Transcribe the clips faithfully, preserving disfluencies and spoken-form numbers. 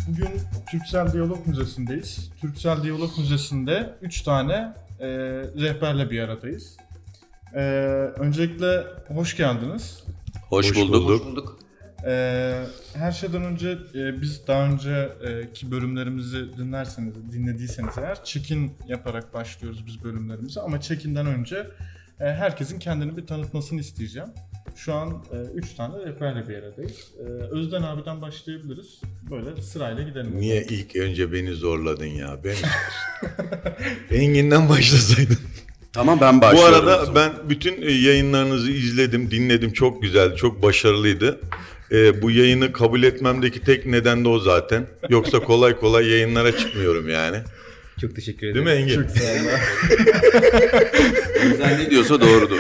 Bugün Türksel Diyalog Müzesi'ndeyiz. Türksel Diyalog Müzesi'nde üç tane e, rehberle bir aradayız. E, öncelikle hoş geldiniz. Hoş, hoş bulduk. bulduk. Hoş bulduk. E, her şeyden önce e, biz daha önceki bölümlerimizi dinlerseniz, dinlediyseniz eğer check-in yaparak başlıyoruz biz bölümlerimize. Ama check-in'den önce e, herkesin kendini bir tanıtmasını isteyeceğim. Şu an e, üç tane rehberle bir aradayız. E, Özden abiden başlayabiliriz. Böyle sırayla gidelim. Niye oradan. İlk önce beni zorladın ya? Ben Engin'den başlasaydın. Tamam, ben başlıyorum. Bu arada ben bütün yayınlarınızı izledim, dinledim. Çok güzeldi, çok başarılıydı. E, bu yayını kabul etmemdeki tek neden de o zaten. Yoksa kolay kolay yayınlara çıkmıyorum yani. Çok teşekkür ederim. Değil mi Engin? Çok sağ olun. Özden ne diyorsa doğrudur.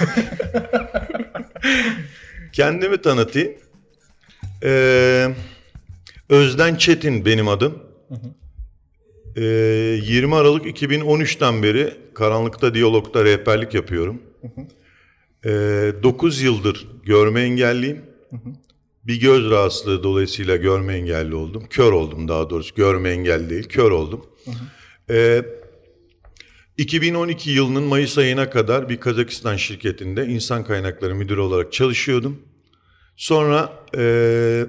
Kendimi tanıtayım. Ee, Özden Çetin benim adım. Hı hı. Ee, yirmi Aralık iki bin on üçten beri Karanlıkta Diyalog'da rehberlik yapıyorum. Hı hı. Ee, dokuz yıldır görme engelliyim. Hı hı. Bir göz rahatsızlığı dolayısıyla görme engelli oldum. Kör oldum daha doğrusu. Görme engelli değil, kör oldum. Hı hı. Ee, iki bin on iki yılının Mayıs ayına kadar bir Kazakistan şirketinde insan kaynakları müdürü olarak çalışıyordum. Sonra e,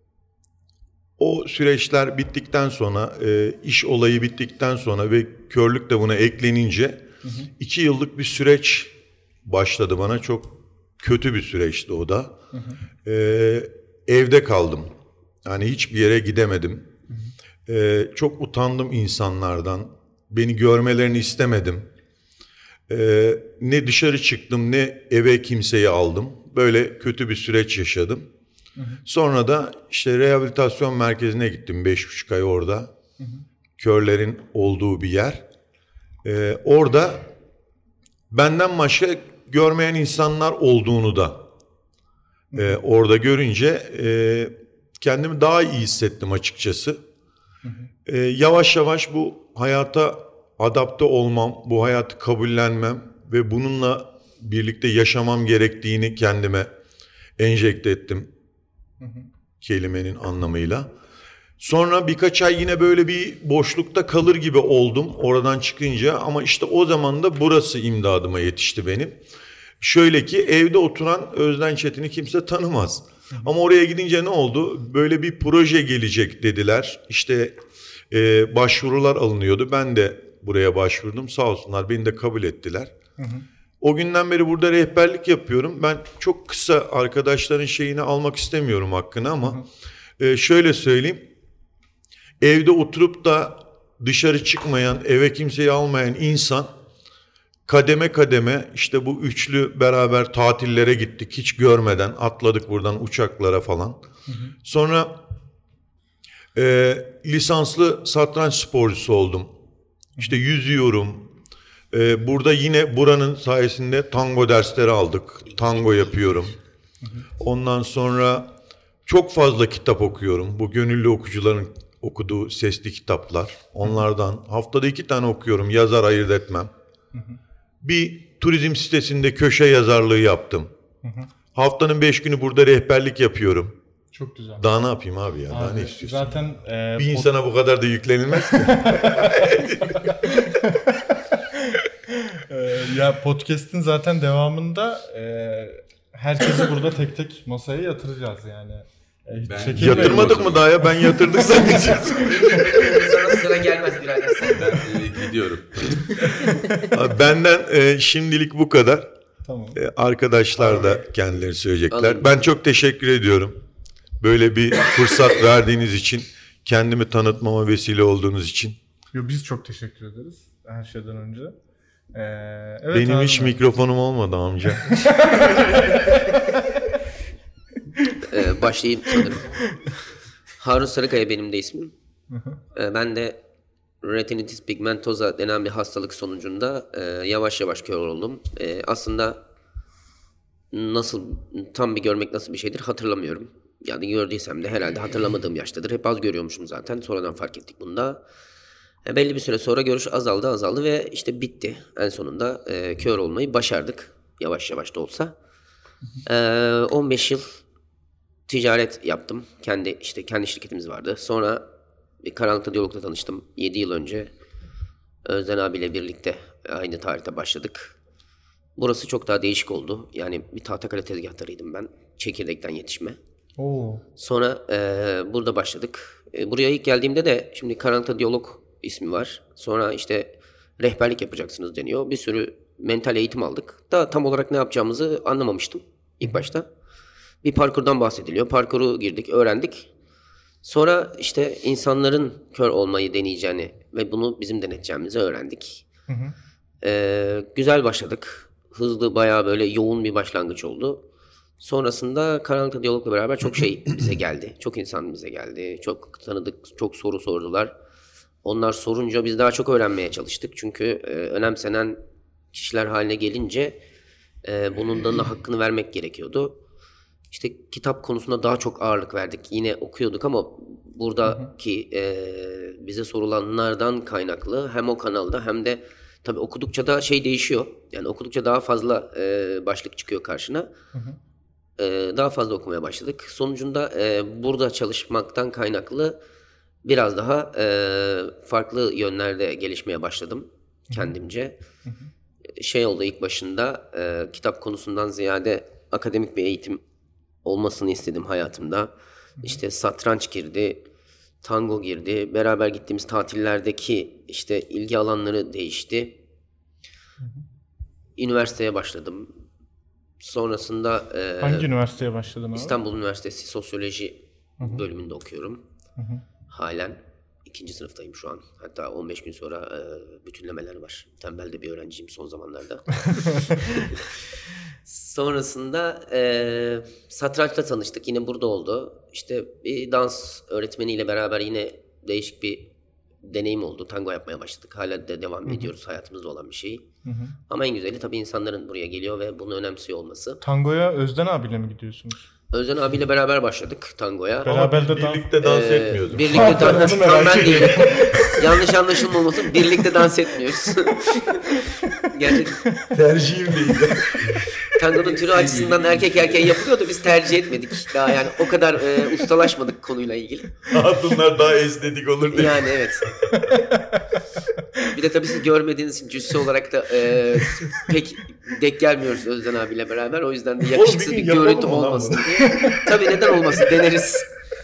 o süreçler bittikten sonra, e, iş olayı bittikten sonra ve körlük de buna eklenince hı hı. iki yıllık bir süreç başladı bana. Çok kötü bir süreçti o da. Hı hı. E, evde kaldım. Yani hiçbir yere gidemedim. Hı hı. E, çok utandım insanlardan. Beni görmelerini istemedim. Ee, ne dışarı çıktım ne eve kimseyi aldım. Böyle kötü bir süreç yaşadım. Hı hı. Sonra da işte rehabilitasyon merkezine gittim. Beş buçuk ay orada. Hı hı. Körlerin olduğu bir yer. Ee, orada benden başka görmeyen insanlar olduğunu da e, orada görünce e, kendimi daha iyi hissettim açıkçası. Hı hı. Ee, yavaş yavaş bu hayata adapte olmam, bu hayatı kabullenmem ve bununla birlikte yaşamam gerektiğini kendime enjekte ettim. Hı hı. Kelimenin anlamıyla. Sonra birkaç ay yine böyle bir boşlukta kalır gibi oldum oradan çıkınca ama işte o zaman da burası imdadıma yetişti benim. Şöyle ki evde oturan Özden Çetin'i kimse tanımaz. Hı hı. Ama oraya gidince ne oldu? Böyle bir proje gelecek dediler. İşte Ee, başvurular alınıyordu. Ben de buraya başvurdum. Sağ olsunlar beni de kabul ettiler. Hı hı. O günden beri burada rehberlik yapıyorum. Ben çok kısa arkadaşların şeyini almak istemiyorum hakkını ama hı hı. E, şöyle söyleyeyim. Evde oturup da dışarı çıkmayan, eve kimseyi almayan insan kademe kademe işte bu üçlü beraber tatillere gittik. Hiç görmeden atladık buradan uçaklara falan. Hı hı. Sonra E, lisanslı satranç sporcusu oldum. İşte yüzüyorum. E, burada yine buranın sayesinde tango dersleri aldık. Tango yapıyorum. Ondan sonra çok fazla kitap okuyorum. Bu gönüllü okucuların okuduğu sesli kitaplar. Onlardan haftada iki tane okuyorum. Yazar ayırt etmem. Bir turizm sitesinde köşe yazarlığı yaptım. Haftanın beş günü burada rehberlik yapıyorum. Çok güzel. Daha ne yapayım abi ya? Abi, daha ne istiyorsun? Zaten e, bir insana pod... bu kadar da yüklenilmez ki. e, ya podcast'in zaten devamında e, herkesi burada tek tek masaya yatıracağız yani. E, ben yatırmadık mı daha ya? Ben yatırdık zannedeceğim. Sonra sıra gelmez birader sen. Ben e, gidiyorum. Abi, benden e, şimdilik bu kadar. Tamam. E, arkadaşlar da kendileri söyleyecekler. Anladım. Ben çok teşekkür ediyorum. Böyle bir fırsat verdiğiniz için, kendimi tanıtmama vesile olduğunuz için. Yo, biz çok teşekkür ederiz her şeyden önce. Ee, evet, benim abi, hiç ben. mikrofonum olmadı amca. ee, başlayayım sanırım. Harun Sarıkaya benim de ismim. ee, ben de retinitis pigmentosa denen bir hastalık sonucunda e, yavaş yavaş kör oldum. E, aslında nasıl, tam bir görmek nasıl bir şeydir hatırlamıyorum. Yani gördüysem de herhalde hatırlamadığım yaştadır. Hep az görüyormuşum zaten. Sonradan fark ettik bunda. E, belli bir süre sonra görüş azaldı azaldı ve işte bitti. En sonunda e, kör olmayı başardık. Yavaş yavaş da olsa. E, on beş yıl ticaret yaptım. Kendi işte kendi şirketimiz vardı. Sonra bir Karanlıkta Diyalog'la tanıştım. yedi yıl önce Özden abiyle birlikte aynı tarihte başladık. Burası çok daha değişik oldu. Yani bir tahtakale tezgahtarıydım ben. Çekirdekten yetişme. Oo. Sonra e, burada başladık. E, buraya ilk geldiğimde de şimdi Karanlıkta Diyalog ismi var. Sonra işte rehberlik yapacaksınız deniyor. Bir sürü mental eğitim aldık. Da tam olarak ne yapacağımızı anlamamıştım ilk başta. Bir parkurdan bahsediliyor. Parkuru girdik, öğrendik. Sonra işte insanların kör olmayı deneyeceğini ve bunu bizim deneteceğimizi öğrendik. Hı hı. Ee, güzel başladık. Hızlı, bayağı böyle yoğun bir başlangıç oldu. Sonrasında Karanlıkta Diyalog'la beraber çok şey bize geldi. Çok insan bize geldi. Çok tanıdık, çok soru sordular. Onlar sorunca biz daha çok öğrenmeye çalıştık. Çünkü e, önemsenen kişiler haline gelince e, bunun da hakkını vermek gerekiyordu. İşte kitap konusunda daha çok ağırlık verdik. Yine okuyorduk ama buradaki e, bize sorulanlardan kaynaklı hem o kanalda hem de tabii okudukça da şey değişiyor. Yani okudukça daha fazla e, başlık çıkıyor karşına. Hı hı. E, daha fazla okumaya başladık. Sonucunda e, burada çalışmaktan kaynaklı biraz daha e, farklı yönlerde gelişmeye başladım kendimce. Hı hı. Şey oldu ilk başında e, kitap konusundan ziyade akademik bir eğitim olmasını istedim hayatımda. Hı hı. İşte satranç girdi, tango girdi. Beraber gittiğimiz tatillerdeki işte ilgi alanları değişti. Hı hı. Üniversiteye başladım. Sonrasında e, hangi üniversiteye başladın abi? İstanbul Üniversitesi Sosyoloji hı hı. bölümünde okuyorum. Hı hı. Halen ikinci sınıftayım şu an. Hatta on beş gün sonra e, bütünlemeler var. Tembel de bir öğrenciyim son zamanlarda. Sonrasında e, satrançla tanıştık. Yine burada oldu. İşte bir dans öğretmeniyle beraber yine değişik bir deneyim oldu. Tango yapmaya başladık. Hala da devam Hı-hı. ediyoruz. Hayatımızda olan bir şey. Hı-hı. Ama en güzeli tabii insanların buraya geliyor ve bunu önemsiyor olması. Tangoya Özden abiyle mi gidiyorsunuz? Özden abiyle beraber başladık tangoya. Beraber de birlikte dans ee, etmiyorduk. Birlikte dans etmiyoruz. Ben değilim. Yanlış anlaşılmaması birlikte dans etmiyoruz. Gerçekten. Tercihim değil. Tangonun türü açısından erkek erkeğe yapılıyordu. Biz tercih etmedik. Daha yani o kadar e, ustalaşmadık konuyla ilgili. Hatunlar daha estetik olur diye. Yani evet. Bir de tabii siz görmediğiniz için cüsse olarak da e, pek denk gelmiyoruz Özden abiyle beraber. O yüzden de yakışıksız bir, bir görüntü olmasın diye. Tabii neden olmasın, deneriz.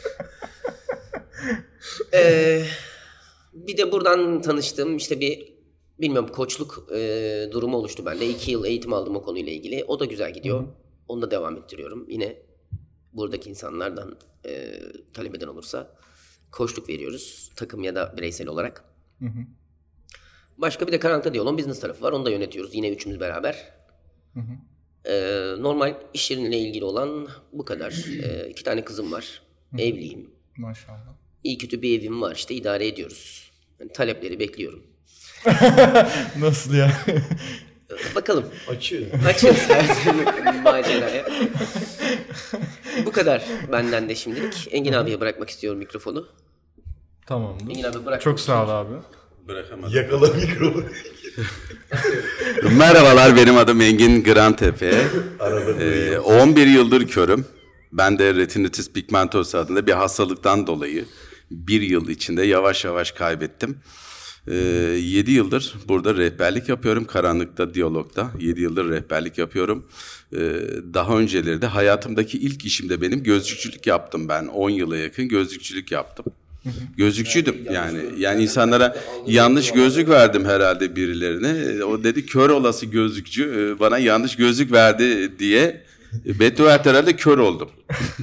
Ee, bir de buradan tanıştığım işte bir bilmiyorum koçluk e, durumu oluştu bende. İki yıl eğitim aldım o konuyla ilgili. O da güzel gidiyor. Hı-hı. Onu da devam ettiriyorum. Yine buradaki insanlardan e, talep eden olursa koçluk veriyoruz. Takım ya da bireysel olarak. Hı-hı. Başka bir de Karanlıkta Diyalog'un business tarafı var. Onu da yönetiyoruz. Yine üçümüz beraber. Hı hı. Ee, normal iş yerinle ilgili olan bu kadar. Ee, iki tane kızım var. Hı. Evliyim. Maşallah. İyi kötü bir evim var. İşte idare ediyoruz. Yani talepleri bekliyorum. Nasıl ya? Bakalım. Açığız. Açığız her türlü maceraya. Bu kadar benden de şimdilik. Engin abiye bırakmak istiyorum mikrofonu. Tamamdır. Engin abi bırak. Çok sağ ol abi. Bırakamadım. Yakala mikrofonu. Merhabalar, benim adım Engin Grantepe. ee, on bir yıldır körüm. Ben de retinitis pigmentosa adında bir hastalıktan dolayı bir yıl içinde yavaş yavaş kaybettim. Ee, yedi yıldır burada rehberlik yapıyorum. Karanlıkta Diyalog'da yedi yıldır rehberlik yapıyorum. Ee, daha önceleri de hayatımdaki ilk işimde benim gözlükçülük yaptım ben. on yıla yakın gözlükçülük yaptım. Gözlükçüydüm yani. Yani insanlara yanlış gözlük verdim herhalde birilerine. O dedi kör olası gözlükçü bana yanlış gözlük verdi diye beddua etti, herhalde kör oldum.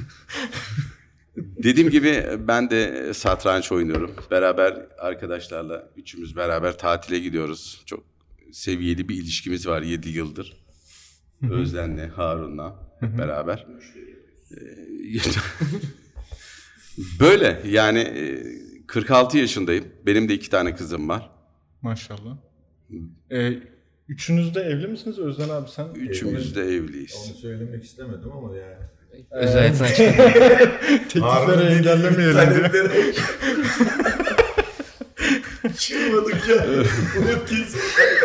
Dediğim gibi ben de satranç oynuyorum. Beraber arkadaşlarla üçümüz beraber tatile gidiyoruz. Çok seviyeli bir ilişkimiz var yedi yıldır. Özden'le, Harun'la hep beraber. Böyle yani kırk altı yaşındayım. Benim de iki tane kızım var. Maşallah. Ee, üçünüz de evli misiniz Özden abi sen? Üçümüz de evliyiz. Onu söylemek istemedim ama yani. Özel hayatına çıkın. Tekliflere engellemeyelim diye. Çıkmadık ya. Bu hep kesin.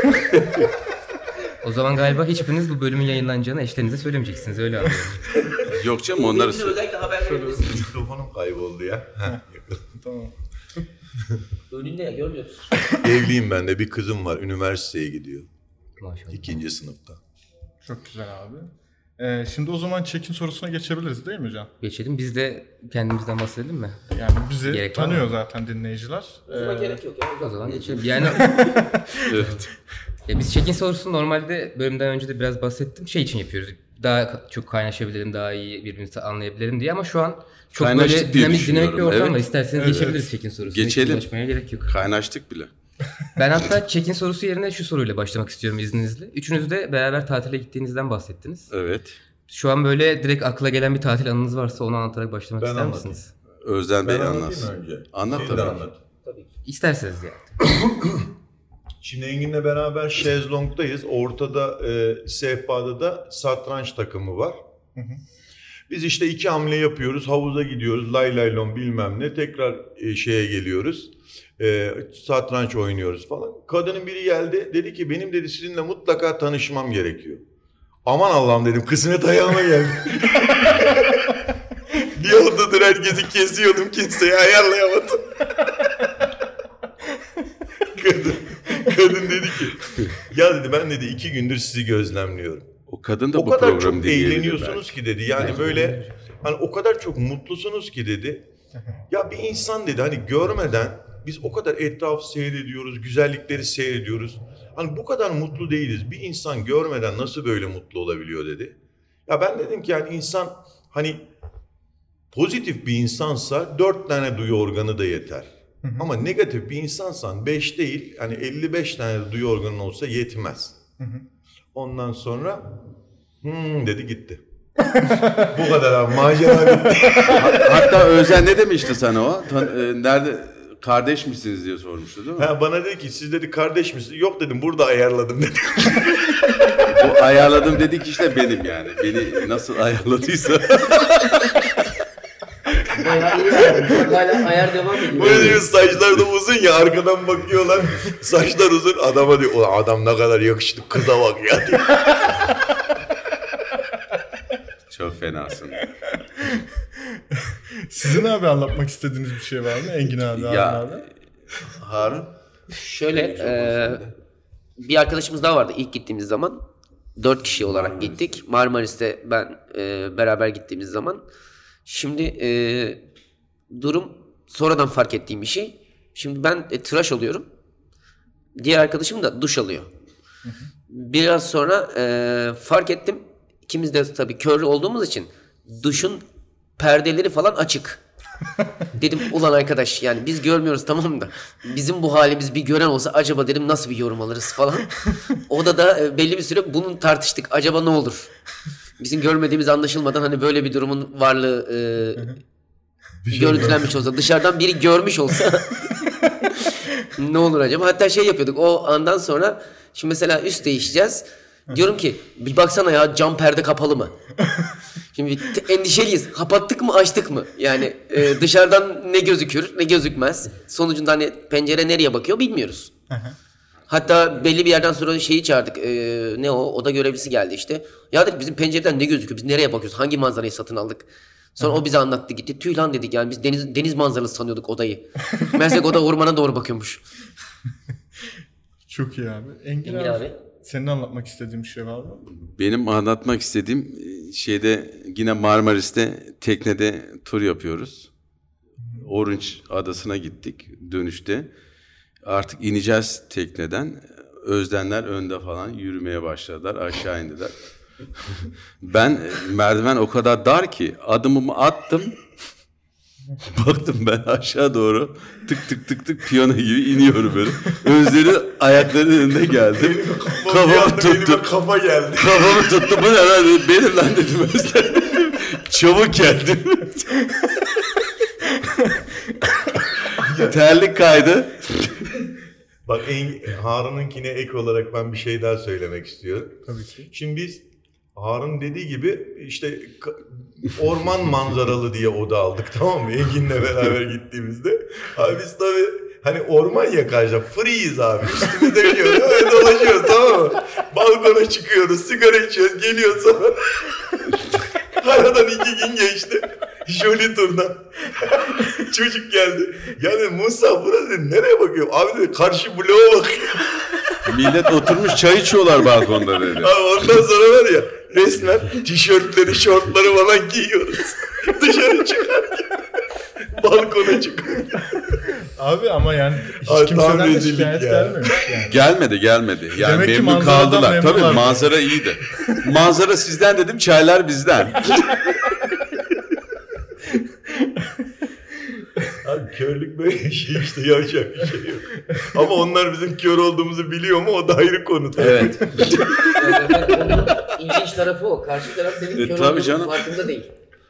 O zaman galiba hiçbiriniz bu bölümün yayınlanacağını eşlerinize söylemeyeceksiniz, öyle anlıyorum. Yok canım, onları... Özellikle haber verebilirsiniz. Mikrofonum kayboldu ya. Tamam. Önünde ya, görmüyor musun? Evliyim ben de. Bir kızım var. Üniversiteye gidiyor. Maşallah. İkinci sınıfta. Çok güzel abi. Ee, şimdi o zaman check-in sorusuna geçebiliriz değil mi Can? Geçelim. Biz de kendimizden bahsedelim mi? Yani bizi Gerek var tanıyor mı? zaten dinleyiciler. O zaman Ee, gerek yok ya. O zaman geçelim. Yani Evet. ya biz check-in sorusunu normalde bölümden önce de biraz bahsettim. Şey için yapıyoruz. Daha çok kaynaşabilelim, daha iyi birbirimizi anlayabilelim diye ama şu an çok Kaynaştık böyle diye dinamik, dinamik bir düşünüyorum. ortam Evet. var. İsterseniz Evet, geçebiliriz evet. check-in sorusuna. Geçelim. Hiç uğraşmaya gerek yok. Kaynaştık bile. Ben hatta check-in sorusu yerine şu soruyla başlamak istiyorum izninizle. Üçünüz de beraber tatile gittiğinizden bahsettiniz. Evet. Şu an böyle direkt akla gelen bir tatil anınız varsa onu anlatarak başlamak Ben ister anlatayım. misiniz? Özden Bey Ben anlatayım anlatsın. önce. Anlat Siz de tabii. anlat. İsterseniz yani. Şimdi Engin'le beraber şezlongdayız. Ortada e, sehpada da satranç takımı var. Biz işte iki hamle yapıyoruz. Havuza gidiyoruz. Lay lay lon bilmem ne. Tekrar e, şeye geliyoruz. E, satranç oynuyoruz falan. Kadının biri geldi. Dedi ki benim dedi sizinle mutlaka tanışmam gerekiyor. Aman Allah'ım dedim. Kısmet ayağıma geldi. Bir odadır herkesi kesiyordum. Kimseyi ayarlayamadım. Kadın, kadın dedi ki ya dedi ben dedi iki gündür sizi gözlemliyorum. O kadın da O bu kadar programı çok dinleyebilir eğleniyorsunuz belki. ki dedi. Yani böyle hani o kadar çok mutlusunuz ki dedi. Ya bir insan dedi hani görmeden biz o kadar etrafı seyrediyoruz, güzellikleri seyrediyoruz. Hani bu kadar mutlu değiliz. Bir insan görmeden nasıl böyle mutlu olabiliyor dedi. Ya ben dedim ki yani insan hani pozitif bir insansa dört tane duyu organı da yeter. Ama negatif bir insansan beş değil, hani elli beş tane de duyu organın olsa yetmez. Ondan sonra hmm dedi gitti. Bu kadar abi, macera bitti. Hatta Özden ne demişti sana o? Tan- e, nerede kardeş misiniz diye sormuştu değil mi? Ha, bana dedi ki siz dedi kardeş misiniz? Yok dedim burada ayarladım dedi. Bu ayarladım dedik işte benim yani. Beni nasıl ayarladıysa. Bayağı iyi ayar. Hala ayar devam ediyor. Böyle diyor saçlar da uzun ya arkadan bakıyorlar. Saçlar uzun adama diyor ulan adam ne kadar yakışıklı kıza bak ya diyor. Çok fenasın. Sizin abi anlatmak istediğiniz bir şey var mı? Engin abi, Harun Ya abi. Harun. Şöyle e, bir arkadaşımız daha vardı ilk gittiğimiz zaman. Dört kişi olarak gittik. Marmaris'te ben e, beraber gittiğimiz zaman. Şimdi e, durum sonradan fark ettiğim bir şey. Şimdi ben e, tıraş oluyorum. Diğer arkadaşım da duş alıyor. Biraz sonra e, fark ettim. İkimiz de tabii kör olduğumuz için duşun perdeleri falan açık. Dedim ulan arkadaş yani biz görmüyoruz tamam da bizim bu halimiz bir gören olsa acaba dedim nasıl bir yorum alırız falan. Odada e, belli bir süre bunu tartıştık. Acaba ne olur? Bizim görmediğimiz anlaşılmadan hani böyle bir durumun varlığı e, görüntülenmiş olsa dışarıdan biri görmüş olsa ne olur acaba? Hatta şey yapıyorduk o andan sonra şimdi mesela üst değişeceğiz. Diyorum ki bir baksana ya cam perde kapalı mı? Şimdi t- endişeliyiz. Kapattık mı açtık mı? Yani e, dışarıdan ne gözükür ne gözükmez. Sonucunda hani pencere nereye bakıyor bilmiyoruz. Hatta belli bir yerden sonra şeyi çağırdık. E, ne o? Oda görevlisi geldi işte. Ya dedik bizim pencereden ne gözüküyor? Biz nereye bakıyoruz? Hangi manzarayı satın aldık? Sonra o bize anlattı gitti. Tüy lan dedik yani biz deniz deniz manzaralısı sanıyorduk odayı. Meğerse oda ormana doğru bakıyormuş. Çok iyi abi. Engin, Engin abi, abi. senin anlatmak istediğin bir şey var mı? Benim anlatmak istediğim e, şeyde yine Marmaris'te teknede tur yapıyoruz. Orange Adası'na gittik dönüşte. Artık ineceğiz tekneden. Özdenler önde falan yürümeye başladılar. Aşağı indiler. Ben e, merdiven o kadar dar ki adımımı attım. Baktım ben aşağı doğru tık tık tık tık piyano gibi iniyorum böyle. Özleri ayaklarının önüne geldim. Kafamı tuttum. Kafa geldi. Kafamı tuttum. Bu ne lan dedim. Benim lan dedim Özlem. Çabuk geldim. Terlik kaydı. Bak en, Harun'unkine ek olarak ben bir şey daha söylemek istiyorum. Tabii ki. Şimdi biz Harun dediği gibi işte ka- orman manzaralı diye oda aldık tamam mı? Engin'le beraber gittiğimizde. Abi biz tabii hani orman ya karşıda freeyiz abi. Üstümüzde gidiyoruz öyle dolaşıyoruz tamam mı? Balkona çıkıyoruz sigara içiyoruz geliyoruz sonra. Aradan iki gün geçti. Jolly Tur'dan. Çocuk geldi. Yani Musa burası dedi, nereye bakıyor? Abi dedi karşı bloğa bakıyor. Millet oturmuş çay içiyorlar balkonda böyle. Abi ondan sonra var ya resmen tişörtleri, şortları falan giyiyoruz. Dışarı çıkarken. Balkona çıkarken. Abi ama yani hiç Ay, tam kimseden de rezillik şikayet ya. gelmemiş yani. Gelmedi gelmedi. Yani Demek ki memnun manzaradan kaldılar. memnunlar Tabii mı? manzara iyiydi. Manzara sizden dedim, çaylar bizden. Abi körlük böyle bir şey işte, yapacak bir şey yok. Ama onlar bizim kör olduğumuzu biliyor mu, o da ayrı konu tabii. Evet. Onun ilginç tarafı o. Karşı taraf senin E, kör tabii olduğunun canım. farkında değil.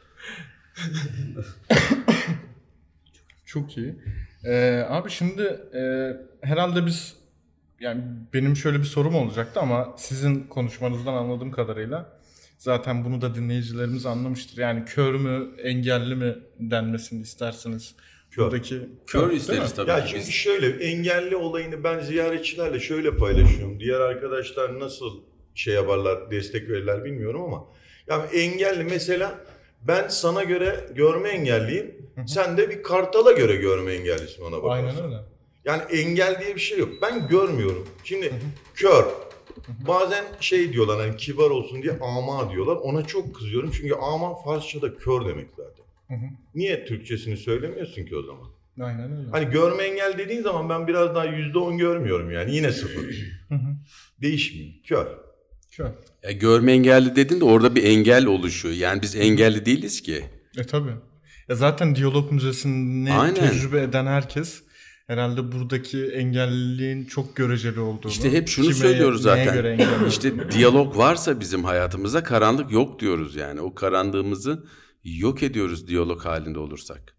Çok iyi. Ee, abi şimdi e, herhalde biz, yani benim şöyle bir sorum olacaktı ama sizin konuşmanızdan anladığım kadarıyla zaten bunu da dinleyicilerimiz anlamıştır. Yani kör mü, engelli mi denmesini istersiniz? Kör. Buradaki Kör değil isteriz mi? tabii. Ya ki çünkü biz. şöyle, engelli olayını ben ziyaretçilerle şöyle paylaşıyorum. Diğer arkadaşlar nasıl şey yaparlar, destek verirler bilmiyorum ama yani engelli mesela, ben sana göre görme engelliyim. Sen de bir kartala göre görme engellisin ona bakarsan. Aynen öyle. Yani engel diye bir şey yok. Ben görmüyorum. Şimdi kör. Bazen şey diyorlar, hani kibar olsun diye ama diyorlar. Ona çok kızıyorum çünkü ama Farsça'da kör demek zaten. Niye Türkçesini söylemiyorsun ki o zaman? Aynen öyle. Hani görme engel dediğin zaman ben biraz daha yüzde on görmüyorum yani. Yine sıfır. Değişmiyor. Kör. Kör. Ya görme engelli dedin de orada bir engel oluşuyor. Yani biz engelli değiliz ki. E tabii. Ya zaten Diyalog Müzesi'ni Aynen. tecrübe eden herkes herhalde buradaki engelliliğin çok göreceli olduğunu. İşte hep şunu kime, söylüyoruz neye zaten. göre engelli İşte diyalog varsa bizim hayatımızda karanlık yok diyoruz yani. O karanlığımızı yok ediyoruz diyalog halinde olursak.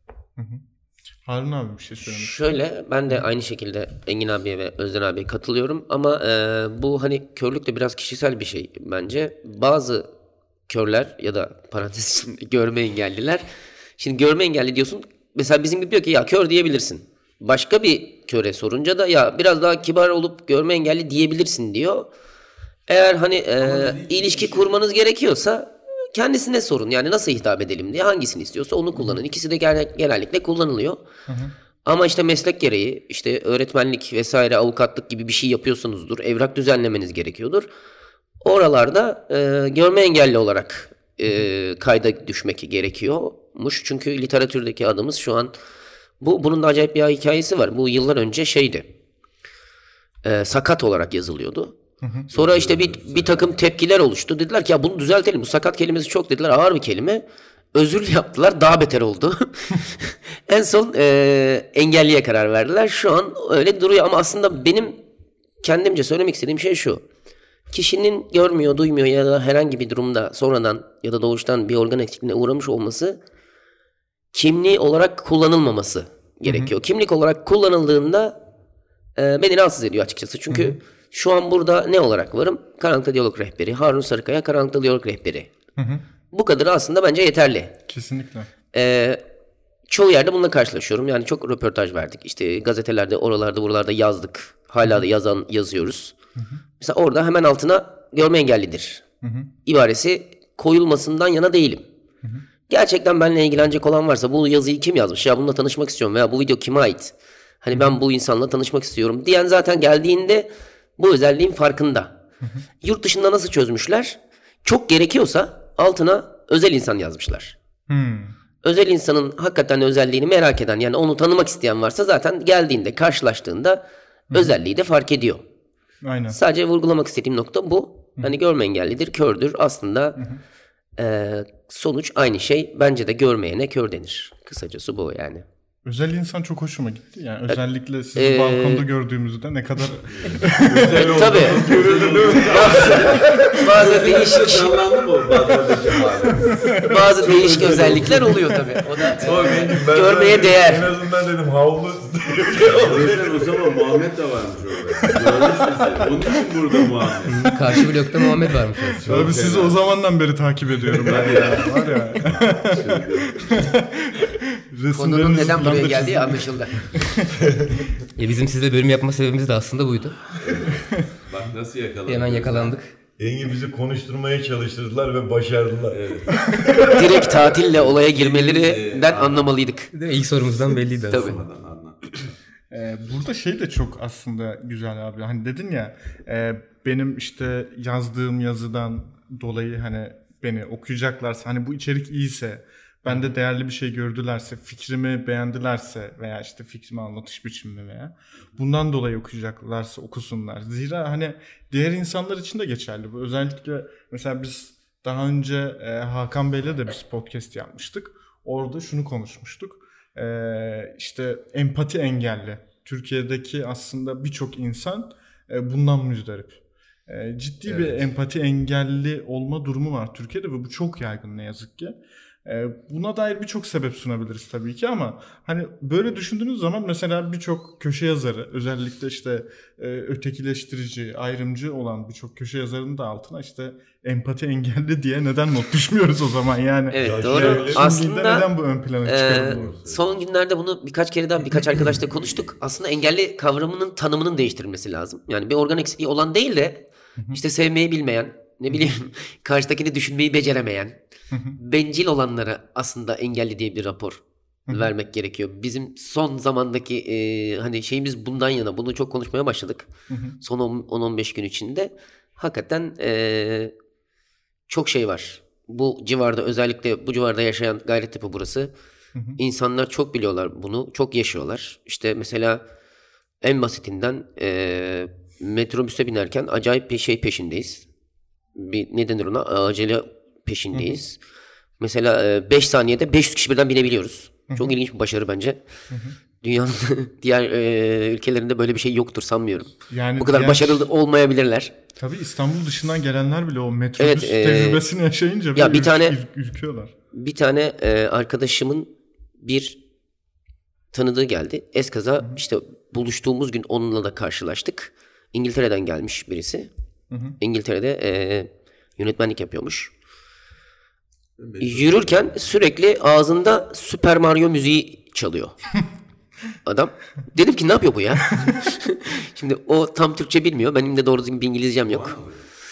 Harun abi bir şey söylemiş. Şöyle, ben de aynı şekilde Engin abiye ve Özden abiye katılıyorum ama e, bu hani körlük de biraz kişisel bir şey bence. Bazı körler ya da parantez içinde görme engelliler, şimdi görme engelli diyorsun, mesela bizim gibi diyor ki ya kör diyebilirsin. Başka bir köre sorunca da ya biraz daha kibar olup görme engelli diyebilirsin diyor. Eğer hani e, ilişki kurmanız gerekiyorsa kendisine sorun. Yani nasıl hitap edelim diye, hangisini istiyorsa onu kullanın. İkisi de gene- genellikle kullanılıyor. Ama işte meslek gereği, işte öğretmenlik vesaire, avukatlık gibi bir şey yapıyorsunuzdur. Evrak düzenlemeniz gerekiyordur. Oralarda e, görme engelli olarak e, kayda düşmek gerekiyormuş. Çünkü literatürdeki adımız şu an bu. Bunun da acayip bir hikayesi var. Bu yıllar önce şeydi. E, sakat olarak yazılıyordu. Sonra işte bir, bir takım tepkiler oluştu. Dediler ki ya bunu düzeltelim. Bu sakat kelimesi çok, dediler, ağır bir kelime. Özür yaptılar. Daha beter oldu. En son e, engelliye karar verdiler. Şu an öyle duruyor ama aslında benim kendimce söylemek istediğim şey şu. Kişinin görmüyor, duymuyor ya da herhangi bir durumda sonradan ya da doğuştan bir organ eksikliğine uğramış olması kimliği olarak kullanılmaması gerekiyor. Kimlik olarak kullanıldığında e, beni rahatsız ediyor açıkçası. Çünkü hı hı. şu an burada ne olarak varım? Karanlıkta Diyalog Rehberi. Harun Sarıkaya Karanlıkta Diyalog Rehberi. Hı hı. Bu kadarı aslında bence yeterli. Kesinlikle. Ee, çoğu yerde bununla karşılaşıyorum. Yani çok röportaj verdik. İşte gazetelerde, oralarda, buralarda yazdık. Hala da yazan yazıyoruz. Hı hı. Mesela orada hemen altına görme engellidir hı hı. ibaresi koyulmasından yana değilim. Hı hı. Gerçekten benimle ilgilenecek olan varsa, bu yazıyı kim yazmış, ya bununla tanışmak istiyorum veya bu video kime ait? Hani ben bu insanla tanışmak istiyorum diyen zaten geldiğinde bu özelliğin farkında. Hı hı. Yurt dışında nasıl çözmüşler? Çok gerekiyorsa altına özel insan yazmışlar. Hmm. Özel insanın hakikaten özelliğini merak eden, yani onu tanımak isteyen varsa zaten geldiğinde, karşılaştığında hmm. özelliği de fark ediyor. Aynen. Sadece vurgulamak istediğim nokta bu. Hmm. Hani görme engellidir, kördür. Aslında hmm. e, sonuç aynı şey. Bence de görmeyene kör denir. Kısacası bu yani. Özel insan çok hoşuma gitti. Yani özellikle sizi ee, balkonda gördüğümüzde ne kadar özel olduğunu tabii. Görüldü değil mi? Bazı değişik bazı değişik özellikler oluyor tabii. O da e, görmeye değer. En azından dedim havlu. O zaman Muhammed de varmış orada. Görmüş müsün? Onun için burada Muhammed. Karşı blokta Muhammed varmış. Abi sizi o zamandan beri takip ediyorum ben ya. Var ya. Konunun neden buraya geldiği anlaşıldı. Ya bizim sizle bölüm yapma sebebimiz de aslında buydu. Bak nasıl yakalandık. Hemen yakalandık. Engin bizi konuşturmaya çalıştırdılar ve başardılar. Evet. Direkt tatille olaya girmelerinden anlamalıydık. Değil mi? İlk sorumuzdan belliydi Tabii. aslında. Ee, burada şey de çok aslında güzel abi. Hani dedin ya e, benim işte yazdığım yazıdan dolayı hani beni okuyacaklarsa hani bu içerik iyiyse bende değerli bir şey gördülerse fikrimi beğendilerse veya işte fikrimi anlatış biçimimi veya bundan dolayı okuyacaklarsa okusunlar. Zira hani diğer insanlar için de geçerli bu. Özellikle mesela biz daha önce e, Hakan Bey'le de biz podcast yapmıştık. Orada şunu konuşmuştuk. Ee, işte empati engelli. Türkiye'deki aslında birçok insan e, bundan müzdarip. E, ciddi evet. bir empati engelli olma durumu var Türkiye'de ve bu çok yaygın ne yazık ki. E, buna dair birçok sebep sunabiliriz tabii ki ama hani böyle düşündüğünüz zaman mesela birçok köşe yazarı özellikle işte e, ötekileştirici, ayrımcı olan birçok köşe yazarının da altına işte empati engelli diye neden not düşmüyoruz o zaman yani. Evet ya doğru. şöyle, aslında neden bu ön plana çıkarılıyor? E, son günlerde bunu birkaç kere daha birkaç arkadaşla konuştuk. Aslında engelli kavramının tanımının değiştirilmesi lazım. Yani bir organ eksikliği olan değil de işte sevmeyi bilmeyen, ne bileyim karşıdakini düşünmeyi beceremeyen, bencil olanlara aslında engelli diye bir rapor vermek gerekiyor. Bizim son zamandaki e, hani şeyimiz bundan yana. Bunu çok konuşmaya başladık. Son on on beş gün içinde. Hakikaten e, çok şey var. Bu civarda özellikle bu civarda yaşayan Gayrettepe burası. İnsanlar çok biliyorlar bunu. Çok yaşıyorlar. İşte mesela en basitinden e, metrobüse binerken acayip bir şey peşindeyiz. Bir, ne denir ona? Acele peşindeyiz. Hı hı. Mesela beş saniyede beş yüz kişi birden binebiliyoruz. Hı hı. Çok ilginç bir başarı bence. Hı hı. Dünyanın diğer e, ülkelerinde böyle bir şey yoktur sanmıyorum. Yani bu kadar diğer, başarılı olmayabilirler. Tabii İstanbul dışından gelenler bile o metrobüs evet, e, tecrübesini yaşayınca ya bir ürk, tane ürküyorlar. Bir tane e, arkadaşımın bir tanıdığı geldi. Eskaza hı hı. işte buluştuğumuz gün onunla da karşılaştık. İngiltere'den gelmiş birisi. Hı hı. İngiltere'de e, yönetmenlik yapıyormuş. Yürürken sürekli ağzında Super Mario müziği çalıyor. Adam. Dedim ki ne yapıyor bu ya? Şimdi o tam Türkçe bilmiyor. Benim de doğru düzgün bir İngilizcem yok.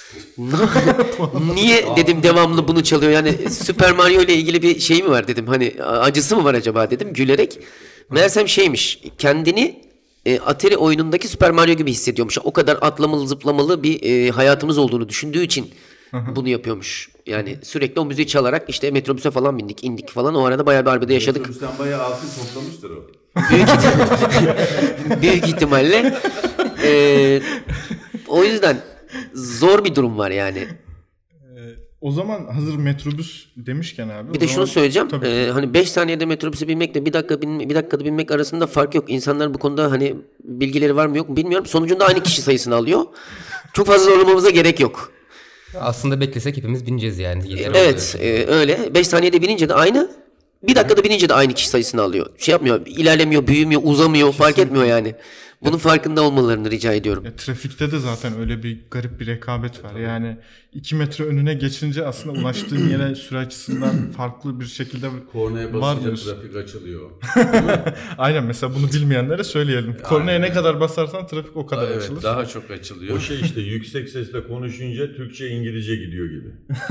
Niye dedim devamlı bunu çalıyor? Yani Super Mario ile ilgili bir şey mi var dedim. Hani acısı mı var acaba dedim gülerek. Meğersem şeymiş. Kendini e, Atari oyunundaki Super Mario gibi hissediyormuş. O kadar atlamalı zıplamalı bir e, hayatımız olduğunu düşündüğü için bunu yapıyormuş. Yani sürekli o müziği çalarak işte metrobüse falan bindik, indik falan. O arada bayağı bir arbede yaşadık. Metrobüsten bayağı alkış toplamıştır o. Büyük, ihtim- Büyük ihtimalle. Ee, o yüzden zor bir durum var yani. Ee, o zaman hazır metrobüs demişken abi. Bir de zaman... şunu söyleyeceğim. E, hani beş saniyede metrobüse binmekle bir dakika bin, bir dakikada binmek arasında fark yok. İnsanlar bu konuda hani bilgileri var mı yok mu bilmiyorum. Sonucunda aynı kişi sayısını alıyor. Çok fazla zorlamamıza gerek yok. Aslında beklesek hepimiz bineceğiz yani. Evet e, öyle. beş saniyede binince de aynı. Bir dakikada binince de aynı kişi sayısını alıyor. Şey yapmıyor, ilerlemiyor, büyümüyor, uzamıyor, kesinlikle. Fark etmiyor yani. Bunun farkında olmalarını rica ediyorum. Ya, trafikte de zaten öyle bir garip bir rekabet var. Yani iki metre önüne geçince aslında ulaştığın yere süre açısından farklı bir şekilde kornaya basınca trafik açılıyor. Aynen mesela bunu bilmeyenlere söyleyelim. Kornaya ne kadar basarsan trafik o kadar evet, açılır. Daha çok açılıyor. O şey işte yüksek sesle konuşunca Türkçe İngilizce gidiyor gibi.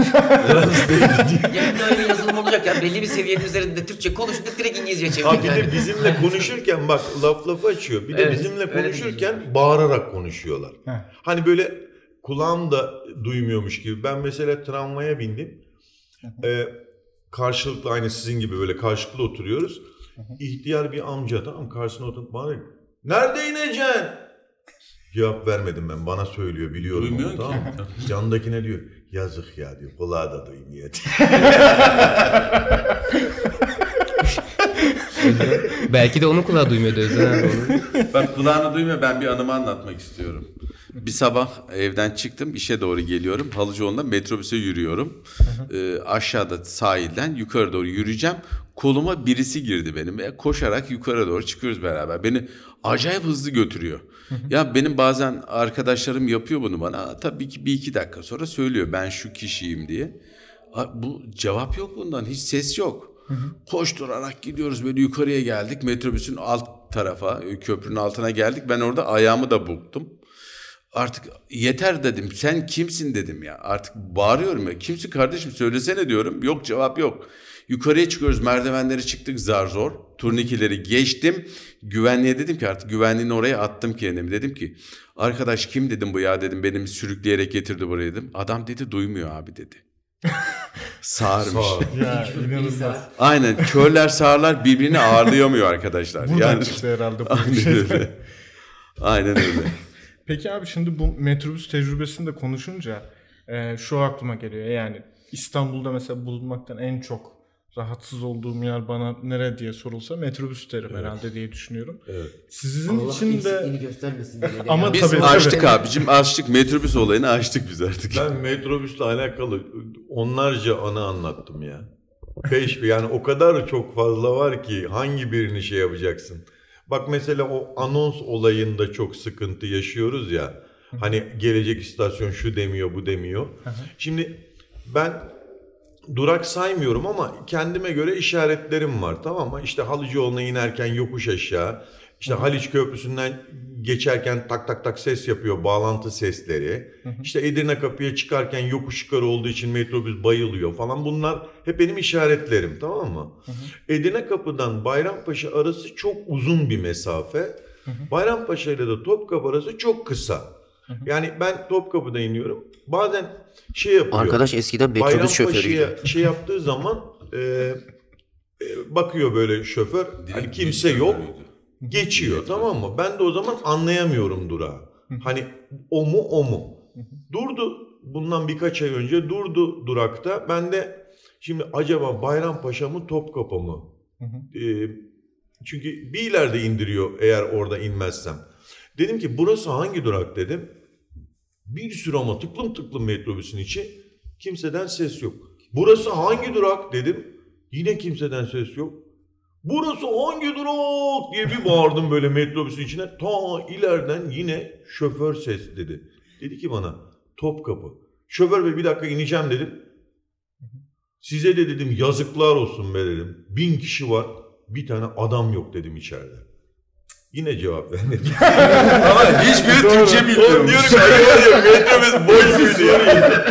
Yani öyle yazılım olacak ya. Belli bir seviyenin üzerinde Türkçe konuşunca direkt İngilizce çevirin. Ha bir yani. De bizimle konuşurken bak laf lafı açıyor. Bir de evet, bizimle konuşurken bağırarak konuşuyorlar. Heh. Hani böyle kulağım da duymuyormuş gibi. Ben mesela tramvaya bindim. Ee, karşılıklı aynı sizin gibi böyle karşılıklı oturuyoruz. İhtiyar bir amca tamam karşısına oturup bana nerede ineceksin? Cevap vermedim ben. Bana söylüyor biliyorum. Duymuyor onu, ki. Tamam. Yandakine diyor yazık ya diyor. Kulağı da duymuyor. Belki de onun kulağı duymuyordu Özden abi onu. Bak kulağını duymuyor. Ben bir anımı anlatmak istiyorum. Bir sabah evden çıktım. İşe doğru geliyorum. Halıcıoğlu'nda metrobüse yürüyorum. Ee, aşağıda sahilden yukarı doğru yürüyeceğim. Koluma birisi girdi benim. E, koşarak yukarı doğru çıkıyoruz beraber. Beni acayip hızlı götürüyor. Ya benim bazen arkadaşlarım yapıyor bunu bana. Tabii ki bir iki dakika sonra söylüyor. Ben şu kişiyim diye. Bu cevap yok bundan. Hiç ses yok. Hı hı. Koşturarak gidiyoruz böyle yukarıya geldik. Metrobüsün alt tarafa, köprünün altına geldik. Ben orada ayağımı da burktum. Artık yeter dedim. Sen kimsin dedim ya. Artık bağırıyorum ya. Kimsin kardeşim söylesene diyorum. Yok cevap yok. Yukarıya çıkıyoruz. Merdivenleri çıktık zar zor. Turnikeleri geçtim. Güvenliğe dedim ki artık güvenliğini oraya attım kendimi. Dedim ki arkadaş kim dedim bu ya dedim. Benim sürükleyerek getirdi buraya dedim. Adam dedi duymuyor abi dedi. Sağırmış. Ya inanılmaz. Aynen körler sağırlar birbirini ağırlayamıyor arkadaşlar. Buradan yani, çıktı herhalde bu aynen şey. öyle. Aynen öyle. Peki abi şimdi bu metrobüs tecrübesini de konuşunca e, şu aklıma geliyor. Yani İstanbul'da mesela bulunmaktan en çok rahatsız olduğum yer bana nere diye sorulsa metrobüs derim evet. herhalde diye düşünüyorum. Evet. Sizin Allah için de göstermesin. ama biz tabii, açtık tabii. abicim açtık metrobüs olayını açtık biz artık. Ben metrobüsle alakalı onlarca anı anlattım ya. Beş yani o kadar çok fazla var ki hangi birini şey yapacaksın. Bak mesela o anons olayında çok sıkıntı yaşıyoruz ya. Hani gelecek istasyon şu demiyor bu demiyor. Şimdi ben durak saymıyorum ama kendime göre işaretlerim var, tamam mı? İşte Halıcıoğlu'na inerken yokuş aşağı, işte Haliç Köprüsü'nden geçerken tak tak tak ses yapıyor, bağlantı sesleri. İşte Edirne Kapı'ya çıkarken yokuş yukarı olduğu için metrobüs bayılıyor falan. Bunlar hep benim işaretlerim, tamam mı? Edirne Kapı'dan Bayrampaşa arası çok uzun bir mesafe. Bayrampaşa ile de Topkapı arası çok kısa. Yani ben Topkapı'da iniyorum. Bazen şey yapıyor. Arkadaş eskiden metrobüs şoförüydü. Bayrampaşa'ya şey yaptığı zaman e, e, bakıyor böyle şoför. Hani kimse yok. Geçiyor, tamam mı? Ben de o zaman anlayamıyorum durağı. Hani o mu o mu? Durdu bundan birkaç ay önce durdu durakta. Ben de şimdi acaba Bayrampaşa mı Topkapı mı? E, çünkü bir ileride indiriyor eğer orada inmezsem. Dedim ki burası hangi durak dedim. Bir sürü ama tıklım tıklım metrobüsün içi. Kimseden ses yok. Burası hangi durak dedim. Yine kimseden ses yok. Burası hangi durak diye bir bağırdım böyle metrobüsün içine. Ta ileriden yine şoför ses dedi. Dedi ki bana Topkapı. Şoför bey bir dakika ineceğim dedim. Size de dedim yazıklar olsun be dedim. Bin kişi var bir tane adam yok dedim içeride. Yine cevap vermedi. Ama hiçbiri Türkçe bilmiyormuş. Diyorum ki acaba metrobüs boş muydu ya?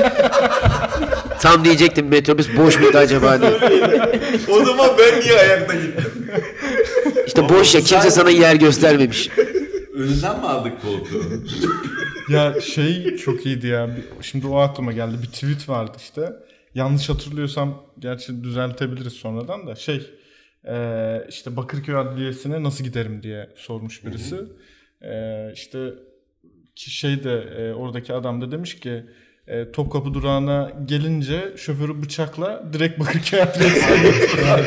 Tam diyecektim metrobüs boş muydu acaba diye. O zaman ben niye ayakta gittim? İşte boş ya kimse sana yer göstermemiş. Önünden mi aldık koltuğu? Ya şey çok iyiydi ya. Şimdi o aklıma geldi. Bir tweet vardı işte. Yanlış hatırlıyorsam gerçi düzeltebiliriz sonradan da şey Ee, işte Bakırköy Adliyesi'ne nasıl giderim diye sormuş birisi. Ee, işte şey de e, oradaki adam da demiş ki e, Topkapı durağına gelince şoförü bıçakla direkt Bakırköy Adliyesi'ne götürüyor.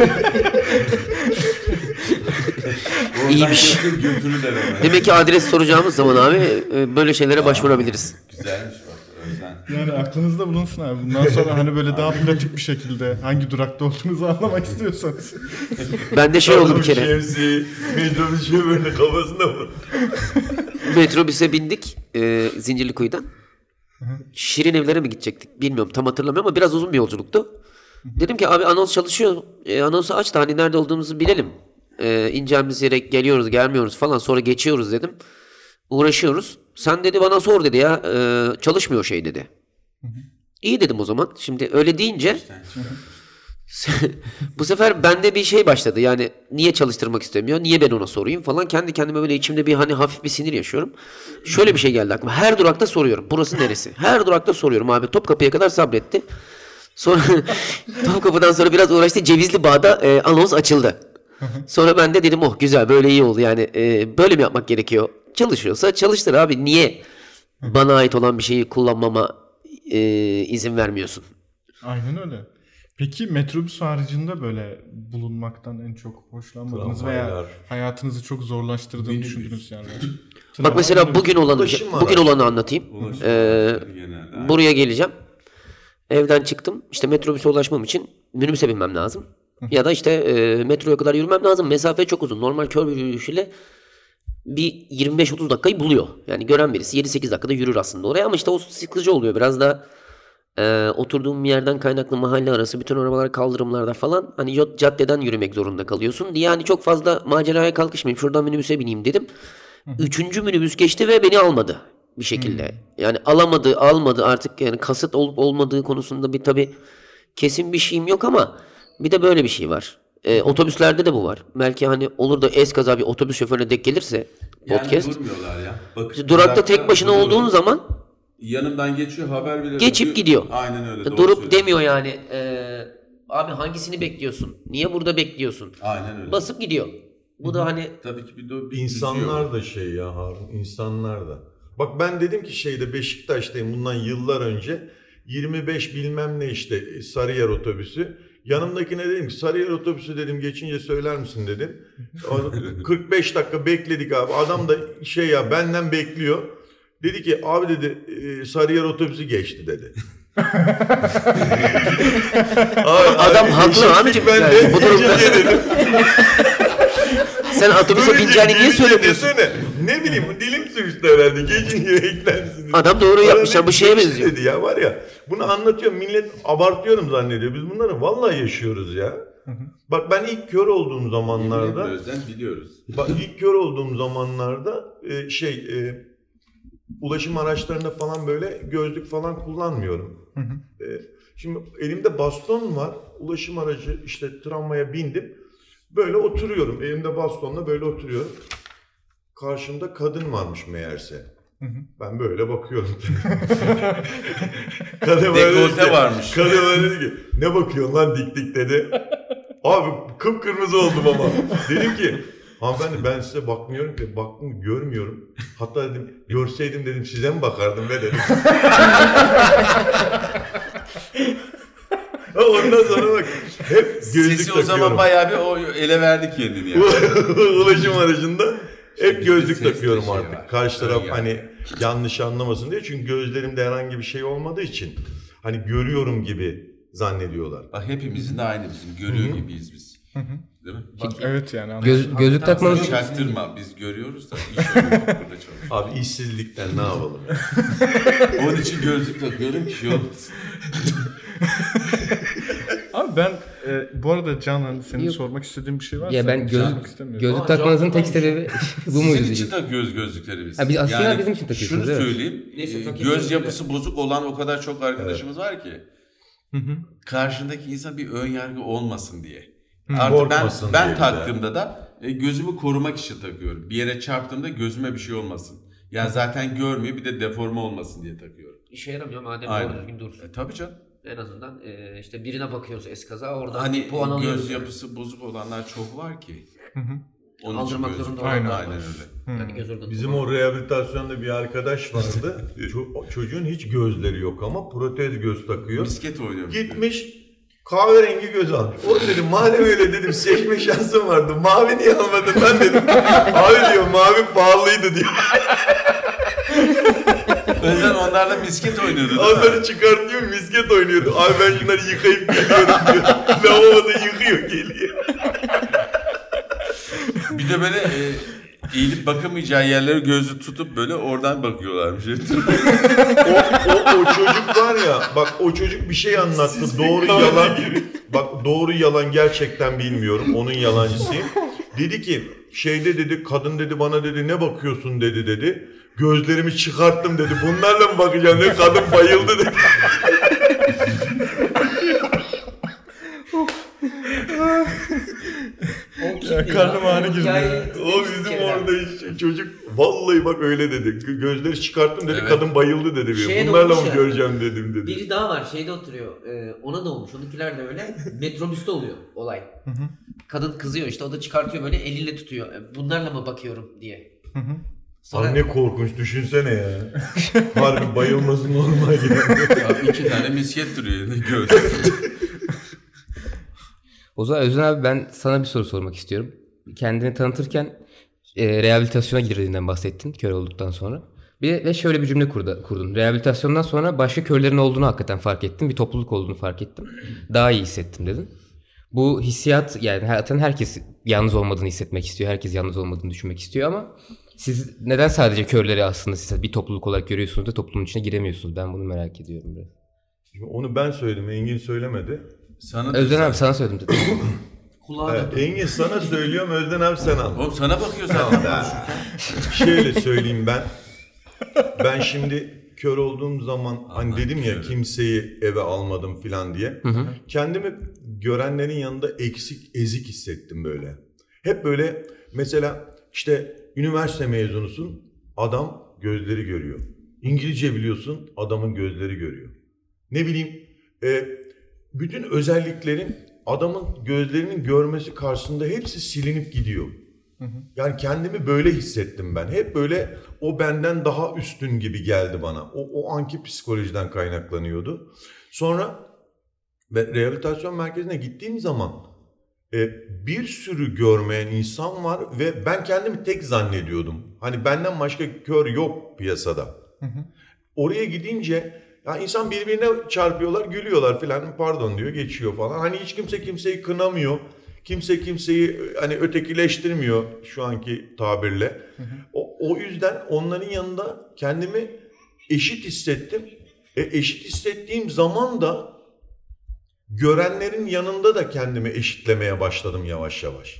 İyiymiş. Demek ki adres soracağımız zaman abi e, böyle şeylere başvurabiliriz. Güzelmiş bak. Özden. Yani aklınızda bulunsun abi. Bundan sonra hani böyle daha pratik bir şekilde hangi durakta olduğunuzu anlamak istiyorsanız. Ben de şey oldu bir kere. Şemsiye, metrobüs şoförünün kafasına vur. Metrobüse bindik e, Zincirlikuyu'dan. Şirin Evler'e mi gidecektik bilmiyorum tam hatırlamıyorum ama biraz uzun bir yolculuktu. Dedim ki abi anons çalışıyor. E, anonsu aç da hani nerede olduğumuzu bilelim. E, ineceğimiz yere geliyoruz gelmiyoruz falan sonra geçiyoruz dedim. Uğraşıyoruz. Sen dedi bana sor dedi ya e, çalışmıyor şey dedi. Hı hı. İyi dedim o zaman. Şimdi öyle deyince bu sefer bende bir şey başladı. Yani niye çalıştırmak istemiyor? Niye ben ona sorayım falan. Kendi kendime böyle içimde bir hani hafif bir sinir yaşıyorum. Şöyle bir şey geldi aklıma. Her durakta soruyorum. Burası neresi? Her durakta soruyorum abi. Topkapı'ya kadar sabretti. Sonra Topkapı'dan sonra biraz uğraştı. Cevizli Bağ'da e, anons açıldı. Sonra ben de dedim oh güzel böyle iyi oldu. Yani e, böyle mi yapmak gerekiyor? Çalışıyorsa çalıştır abi. Niye bana ait olan bir şeyi kullanmama e, izin vermiyorsun? Aynen öyle. Peki metrobüs haricinde böyle bulunmaktan en çok hoşlanmadığınız veya hayatınızı çok zorlaştırdığını düşündüğünüz yerler? Bak mesela bugün olanı bugün olanı anlatayım. Ee, buraya geleceğim. Evden çıktım. İşte metrobüse ulaşmam için minibüse binmem lazım. Ya da işte e, metroya kadar yürümem lazım. Mesafe çok uzun. Normal kör bir yürüyüşüyle bir yirmi beş otuz dakikayı buluyor. Yani gören birisi yedi sekiz dakikada yürür aslında oraya ama işte o sıkıcı oluyor. Biraz da e, oturduğum yerden kaynaklı mahalle arası bütün arabalar kaldırımlarda falan hani caddeden yürümek zorunda kalıyorsun. Yani çok fazla maceraya kalkışmayayım. Şuradan minibüse bineyim dedim. Üçüncü minibüs geçti ve beni almadı bir şekilde. Yani alamadı, almadı artık, yani kasıt olup olmadığı konusunda bir tabii kesin bir şeyim yok ama bir de böyle bir şey var. Ee, otobüslerde de bu var. Belki hani olur da eskaza bir otobüs şoförüne denk gelirse podcast. Yani durmuyorlar ya. Bakın, Durakta tek başına duruyorlar. olduğun zaman Yanımdan geçiyor, haber bile geçip veriyor. gidiyor. Aynen öyle. doğru Durup söylüyorsun. demiyor yani. Ee, abi hangisini bekliyorsun? Niye burada bekliyorsun? Aynen öyle. Basıp gidiyor. Bu da hani Tabii ki bir de bir İnsanlar üzüyor. da şey ya Harun, insanlar da. Bak ben dedim ki şeyde Beşiktaş'tayım bundan yıllar önce. yirmi beş bilmem ne işte Sarıyer otobüsü. Yanımdakine dedim ki Sarıyer otobüsü dedim geçince söyler misin dedim. kırk beş dakika bekledik abi. Adam da şey ya benden bekliyor. Dedi ki abi dedi e, Sarıyer otobüsü geçti dedi. abi, adam abi, haklı eşeklik abicim. bende, Yani bu durumda- geçince dedim. sen otobüse Görünce- bineceğini niye görünce söylemiyorsun? desene. Ne bileyim dilim sürçtü herhalde. Geçince eklersin. Adam doğru Bana yapmış ya, dedi, bu şeye geçti benziyor. dedi ya var ya. Bunu anlatıyorum millet abartıyorum zannediyor. Biz bunları vallahi yaşıyoruz ya. Bak ben ilk kör olduğum zamanlarda Özden biliyoruz. bak ilk kör olduğum zamanlarda e, şey e, ulaşım araçlarında falan böyle gözlük falan kullanmıyorum. E, şimdi elimde baston var. Ulaşım aracı işte tramvaya bindim. Böyle oturuyorum. Elimde bastonla böyle oturuyorum. Karşımda kadın varmış meğerse. Ben böyle bakıyorum. Kadın böyle Dekolte işte- varmış. Kadın böyle dedi ki ne bakıyorsun lan dik dik dedi. Abi kıpkırmızı oldum ama. Dedim ki hanımefendi ben size bakmıyorum ki. Baktım görmüyorum. Hatta dedim görseydim dedim size mi bakardım be dedim. Ondan sonra bak hep gözlük Sesi o takıyorum. zaman bayağı bir o ele verdi kendini yani. Ulaşım aracında hep gözlük Ses de takıyorum şey artık. var. Karşı taraf Öyle hani yani. yanlış anlamasın diye. Çünkü gözlerimde herhangi bir şey olmadığı için hani görüyorum gibi zannediyorlar. Bak hepimizin de aynı bizim. Görüyor gibiyiz biz. Değil mi? Bak, Evet yani. anladım. Göz, gözlük takmanız sen çaktırma. Biz görüyoruz da iş oluyor burada çalışıyor. Abi işsizlikten ne yapalım? Onun için gözlük takıyorum ki şey olmasın. Abi ben e, bu arada Can hani senin Yok. sormak istediğin bir şey varsa. ya ben göz, sormak istemiyorum. gözlük Aa, takmanızın tek canlı sebebi bu muydu? Sizin için diyecek. takıyoruz gözlükleri biz. Ha, biz aslında bizim için takıyorsunuz, Şunu evet. söyleyeyim. Neyse, e, takayım göz gözlüğü yapısı bozuk olan o kadar çok arkadaşımız var ki. Karşındaki insan bir ön yargı olmasın diye. Artık ben Korkmasın ben diye bir taktığımda da e, gözümü korumak için takıyorum. Bir yere çarptığımda gözüme bir şey olmasın. Yani zaten görmüyor bir de deforme olmasın diye takıyorum. işe yaramıyor madem Aynen. doğru düzgün dursun. E, tabii canım. En azından e, işte birine bakıyorsa eskaza oradan Hani bir puan alıyoruz. göz yapısı bozuk olanlar çok var ki. Onun Aldırmak için zorunda gözlük- Aynen. Aynen öyle. Yani göz organı Bizim kullanıyor. o rehabilitasyonda bir arkadaş vardı. Ço- çocuğun hiç gözleri yok ama protez göz takıyor. Misket oynuyorum. Gitmiş kahverengi göz almış. O dedim madem öyle dedim seçme şansım vardı. Mavi niye almadın lan dedim. Abi diyor mavi pahalıydı diyor. Özel onlarla misket oynuyordu değil mi? Onları çıkartıyor misket oynuyordu. Abi ben şunları yıkayıp geliyorum diyor. Lavaboda yıkıyor geliyor. Bir de böyle e, eğilip bakamayacağı yerlere gözü tutup böyle oradan bakıyorlarmış. O, o, o çocuk var ya bak o çocuk bir şey anlattı. Doğru yalan. Bak doğru yalan gerçekten bilmiyorum. Onun yalancısıyım. Dedi ki şeyde dedi kadın dedi bana dedi ne bakıyorsun dedi dedi. Gözlerimi çıkarttım dedi. Bunlarla mı bakacağım dedi. Kadın bayıldı dedi. Ya, karnım ağrı girdi ya. O bizim orada işte çocuk vallahi bak öyle dedi. Gö- Gözleri çıkarttım dedi. Evet. Kadın bayıldı dedi. Şeye Bunlarla dolmuş mı ya. göreceğim dedim dedi. Biri daha var şeyde oturuyor. Ee, ona da olmuş. Onunkiler de öyle. Metrobüste oluyor olay. Kadın kızıyor işte o da çıkartıyor böyle eliyle tutuyor. E, Bunlarla mı bakıyorum diye. Sonra Abi ne korkunç düşünsene ya. Harbi bayılması normal yani. Abi iki tane misket duruyor elinde göz. O zaman Özden abi ben sana bir soru sormak istiyorum. Kendini tanıtırken e, rehabilitasyona girdiğinden bahsettin kör olduktan sonra. Bir de, ve şöyle bir cümle kurdu, kurdun. Rehabilitasyondan sonra başka körlerin olduğunu hakikaten fark ettim. Bir topluluk olduğunu fark ettim. Daha iyi hissettim dedin. Bu hissiyat yani zaten herkes yalnız olmadığını hissetmek istiyor. Herkes yalnız olmadığını düşünmek istiyor ama siz neden sadece körleri aslında siz bir topluluk olarak görüyorsunuz da toplumun içine giremiyorsunuz? Ben bunu merak ediyorum biraz. Şimdi onu ben söyledim. Engin söylemedi. Sana da Özden sen- abi sana söyledim dedim. Kulağa da Evet, Engin sana söylüyorum, Özden abi sen anla. Oğlum sana bakıyor zaten. Şöyle söyleyeyim ben. Ben şimdi kör olduğum zaman hani dedim ya kimseyi eve almadım falan diye. Kendimi görenlerin yanında eksik, ezik hissettim böyle. Hep böyle mesela işte üniversite mezunusun, adam gözleri görüyor. İngilizce biliyorsun, adamın gözleri görüyor. Ne bileyim e, bütün özelliklerin adamın gözlerinin görmesi karşısında hepsi silinip gidiyor. Yani kendimi böyle hissettim ben. Hep böyle o benden daha üstün gibi geldi bana. O, o anki psikolojiden kaynaklanıyordu. Sonra ve rehabilitasyon merkezine gittiğim zaman e, bir sürü görmeyen insan var ve ben kendimi tek zannediyordum. Hani benden başka kör yok piyasada. Oraya gidince ya insan birbirine çarpıyorlar, gülüyorlar falan, pardon diyor, geçiyor falan. Hani hiç kimse kimseyi kınamıyor. Kimse kimseyi hani ötekileştirmiyor şu anki tabirle. O, o yüzden onların yanında kendimi eşit hissettim. E, eşit hissettiğim zaman da görenlerin yanında da kendimi eşitlemeye başladım yavaş yavaş.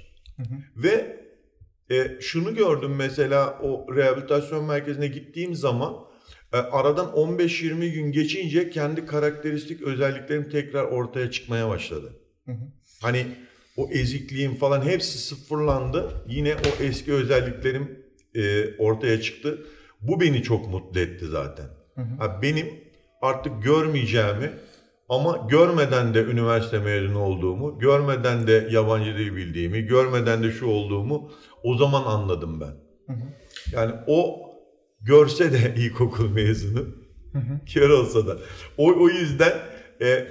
Ve e, şunu gördüm mesela o rehabilitasyon merkezine gittiğim zaman e, aradan on beş yirmi gün geçince kendi karakteristik özelliklerim tekrar ortaya çıkmaya başladı. Hani o ezikliğim falan hepsi sıfırlandı. Yine o eski özelliklerim e, ortaya çıktı. Bu beni çok mutlu etti zaten. Ha, benim artık görmeyeceğimi ama görmeden de üniversite mezunu olduğumu, görmeden de yabancı dil bildiğimi, görmeden de şu olduğumu o zaman anladım ben. Yani o görse de ilkokul mezunu, kör olsa da. O, o yüzden e,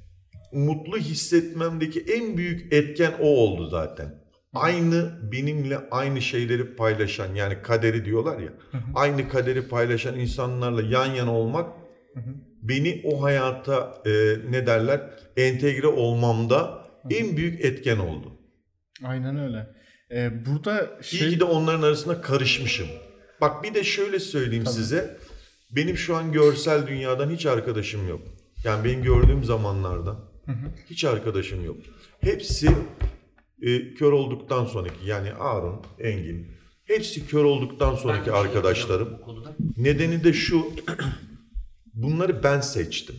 mutlu hissetmemdeki en büyük etken o oldu zaten. Aynı benimle aynı şeyleri paylaşan, yani kaderi diyorlar ya, aynı kaderi paylaşan insanlarla yan yana olmak beni o hayata e, ne derler entegre olmamda en büyük etken oldu. Aynen öyle. Ee, burada şey... İyi ki de onların arasında karışmışım. Bak bir de şöyle söyleyeyim Tabii. size. Benim şu an görsel dünyadan hiç arkadaşım yok. Yani benim gördüğüm zamanlarda hı hı. hiç arkadaşım yok. Hepsi e, kör olduktan sonraki, yani Harun, Engin, hepsi kör olduktan sonraki Ben bir şey arkadaşlarım. yapacağım bu konuda. Nedeni de şu, bunları ben seçtim.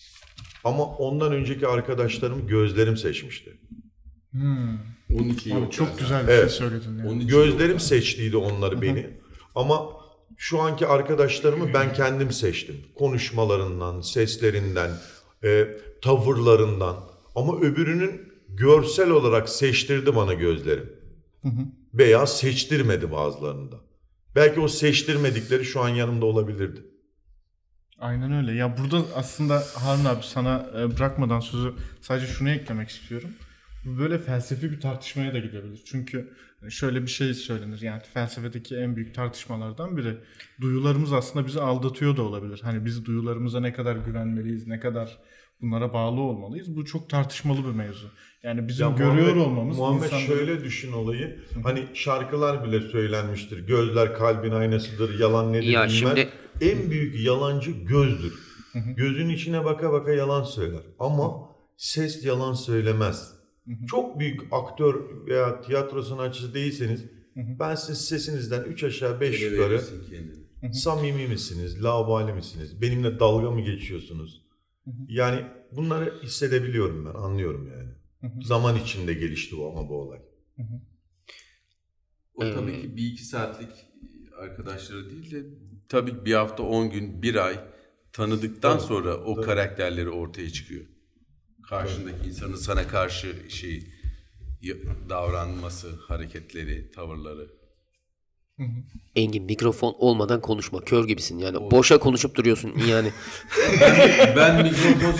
Ama ondan önceki arkadaşlarım gözlerim seçmişti. Hmm. Onun için Abi yok çok yani. güzel bir Evet. şey söyledin ya. Onun için Gözlerim yok seçtiydi onları beni. Ama şu anki arkadaşlarımı ben kendim seçtim. Konuşmalarından, seslerinden, e, tavırlarından. Ama öbürünün görsel olarak seçtirdi bana gözlerim. Veya seçtirmedi bazılarında. Belki o seçtirmedikleri şu an yanımda olabilirdi. Aynen öyle. Ya burada aslında Harun abi sana e, bırakmadan sözü sadece şunu eklemek istiyorum. Bu böyle felsefi bir tartışmaya da gidebilir. Çünkü şöyle bir şey söylenir. Yani felsefedeki en büyük tartışmalardan biri. Duyularımız aslında bizi aldatıyor da olabilir. Hani biz duyularımıza ne kadar güvenmeliyiz, ne kadar bunlara bağlı olmalıyız. Bu çok tartışmalı bir mevzu. Yani bizim Ya görüyor Muhammed, olmamız... Muhammed insanları... şöyle düşün olayı. Hani şarkılar bile söylenmiştir. Gözler kalbin aynasıdır, yalan nedir Ya bilmez. şimdi- En büyük yalancı gözdür. Gözün içine baka baka yalan söyler. Ama ses yalan söylemez. Çok büyük aktör veya tiyatro sanatçısı değilseniz ben sizin sesinizden üç aşağı beş Ele yukarı verirsin kendini. samimi misiniz, laubali misiniz, benimle dalga mı geçiyorsunuz? Yani bunları hissedebiliyorum ben, anlıyorum yani. Zaman içinde gelişti bu ama bu olay. O tabii ki bir iki saatlik arkadaşları değil de tabii bir hafta, on gün, bir ay tanıdıktan Tabii, sonra o tabii. karakterleri ortaya çıkıyor. Karşındaki insanın sana karşı şey ya- davranması, hareketleri, tavırları. Engin mikrofon olmadan konuşma. Kör gibisin yani. Boşa konuşup duruyorsun yani. Ben mikrofon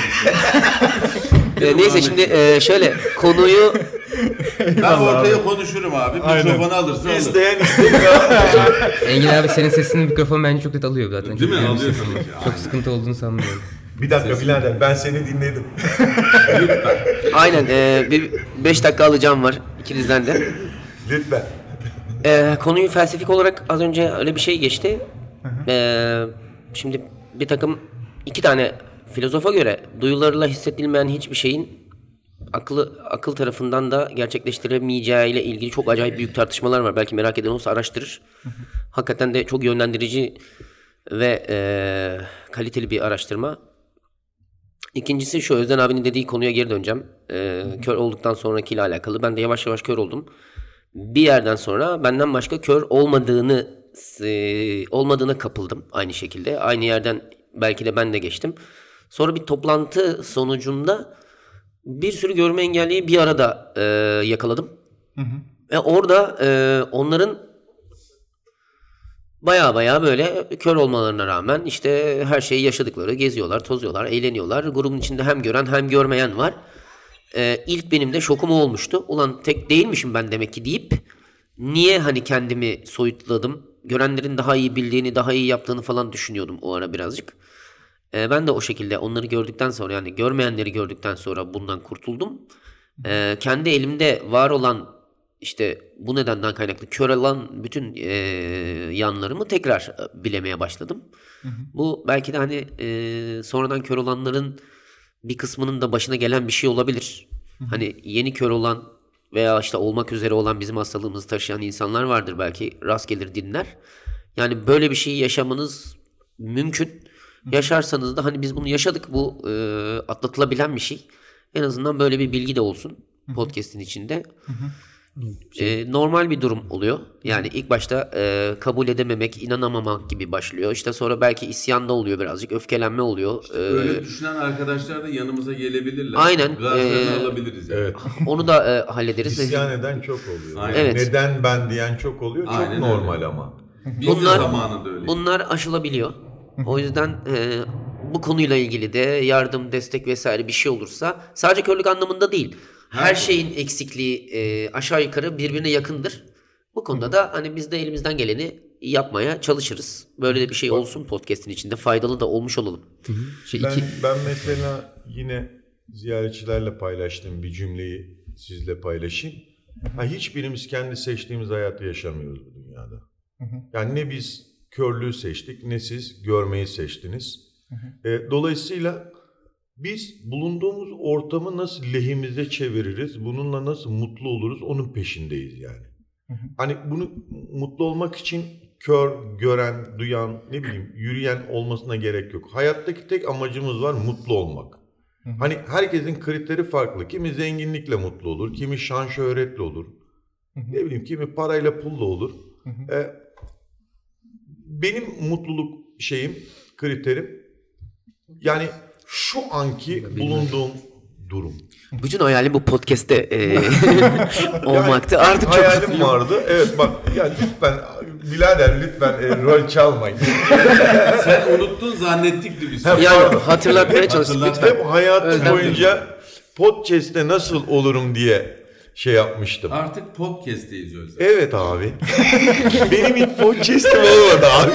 Ee, neyse şimdi e, şöyle konuyu ben ortaya konuşurum abi. Mikrofonu alırsa alır. İsteyen istemiyor. Engin abi senin sesini mikrofon bence çok net alıyor zaten. Değil Çok mi? iyi bir Alıyor sesin tabii var. ki. Çok Aynen. sıkıntı olduğunu sanmıyorum. Bir dakika birader, ben seni dinledim. aynen e, bir beş dakika alacağım var ikinizden de. Lütfen. Ee, konuyu felsefik olarak az önce öyle bir şey geçti. Ee, şimdi bir takım iki tane filozofa göre duyularıyla hissedilmeyen hiçbir şeyin aklı akıl tarafından da gerçekleştiremeyeceğiyle ilgili çok acayip büyük tartışmalar var. Belki merak eden olursa araştırır. Hakikaten de çok yönlendirici ve e, kaliteli bir araştırma. İkincisi şu, Özden abinin dediği konuya geri döneceğim. E, kör olduktan sonrakiyle alakalı. Ben de yavaş yavaş kör oldum. Bir yerden sonra benden başka kör olmadığını e, olmadığına kapıldım aynı şekilde. Aynı yerden belki de ben de geçtim. Sonra bir toplantı sonucunda bir sürü görme engelliyi bir arada e, yakaladım. Hı hı. Ve orada e, onların baya baya böyle kör olmalarına rağmen işte her şeyi yaşadıkları, geziyorlar, tozuyorlar, eğleniyorlar. Grubun içinde hem gören hem görmeyen var. E, ilk benim de şokum o olmuştu. Ulan tek değilmişim ben demek ki deyip niye hani kendimi soyutladım? Görenlerin daha iyi bildiğini, daha iyi yaptığını falan düşünüyordum o ara birazcık. E, ben de o şekilde onları gördükten sonra, yani görmeyenleri gördükten sonra bundan kurtuldum. E, kendi elimde var olan işte bu nedenden kaynaklı kör olan bütün e, yanlarımı tekrar bilemeye başladım. Hı hı. Bu belki de hani e, sonradan kör olanların bir kısmının da başına gelen bir şey olabilir. Hı hı. Hani yeni kör olan veya işte olmak üzere olan bizim hastalığımızı taşıyan insanlar vardır, belki rast gelir dinler. Yani böyle bir şeyi yaşamanız mümkün. Yaşarsanız da hani biz bunu yaşadık, bu e, atlatılabilen bir şey. En azından böyle bir bilgi de olsun podcast'in içinde. E, normal bir durum oluyor. Yani ilk başta e, kabul edememek, inanamamak gibi başlıyor. İşte sonra belki isyan da oluyor birazcık, öfkelenme oluyor. E, Öyle düşünen arkadaşlar da yanımıza gelebilirler. Aynen. Gazlarını E, alabiliriz. Yani. Evet. Onu da e, hallederiz. İsyan eden çok oluyor. Aynen. Yani Evet. neden ben diyen çok oluyor. Çok Aynen normal öyle. ama. Biz de Bunlar- zamanında öyle. Bunlar aşılabiliyor. O yüzden e, bu konuyla ilgili de yardım, destek vesaire bir şey olursa, sadece körlük anlamında değil. Her, Her şeyin eksikliği e, aşağı yukarı birbirine yakındır. Bu konuda da hani biz de elimizden geleni yapmaya çalışırız. Böyle de bir şey olsun podcast'in içinde, faydalı da olmuş olalım. Şey, Ben, iki, ben mesela yine ziyaretçilerle paylaştığım bir cümleyi sizle paylaşayım. Ha, hiçbirimiz kendi seçtiğimiz hayatı yaşamıyoruz bu dünyada. Yani ne biz körlüğü seçtik, ne siz görmeyi seçtiniz. E, dolayısıyla biz bulunduğumuz ortamı nasıl lehimize çeviririz, bununla nasıl mutlu oluruz, onun peşindeyiz yani. Hani bunu mutlu olmak için kör, gören, duyan, ne bileyim yürüyen olmasına gerek yok. Hayattaki tek amacımız var, mutlu olmak. Hani herkesin kriteri farklı. Kimi zenginlikle mutlu olur, kimi şan şöhretle olur. Ne bileyim kimi parayla pulla olur. Ee, benim mutluluk şeyim, kriterim yani şu anki bulunduğum durum. Bütün hayalim bu podcast'te e, olmaktı. Yani Artık çok hayalim vardı. Evet bak yani lütfen birader lütfen e, rol çalmayın. Sen unuttun zannettik biz. Hep- yani hatırlatmaya çalıştık Hatırlat. lütfen. Hep hayatım Özlem boyunca podcast'te nasıl olurum diye şey yapmıştım. Artık podcast'teyiz Özlem. Evet abi. Benim ilk podcast'im olmadı abi.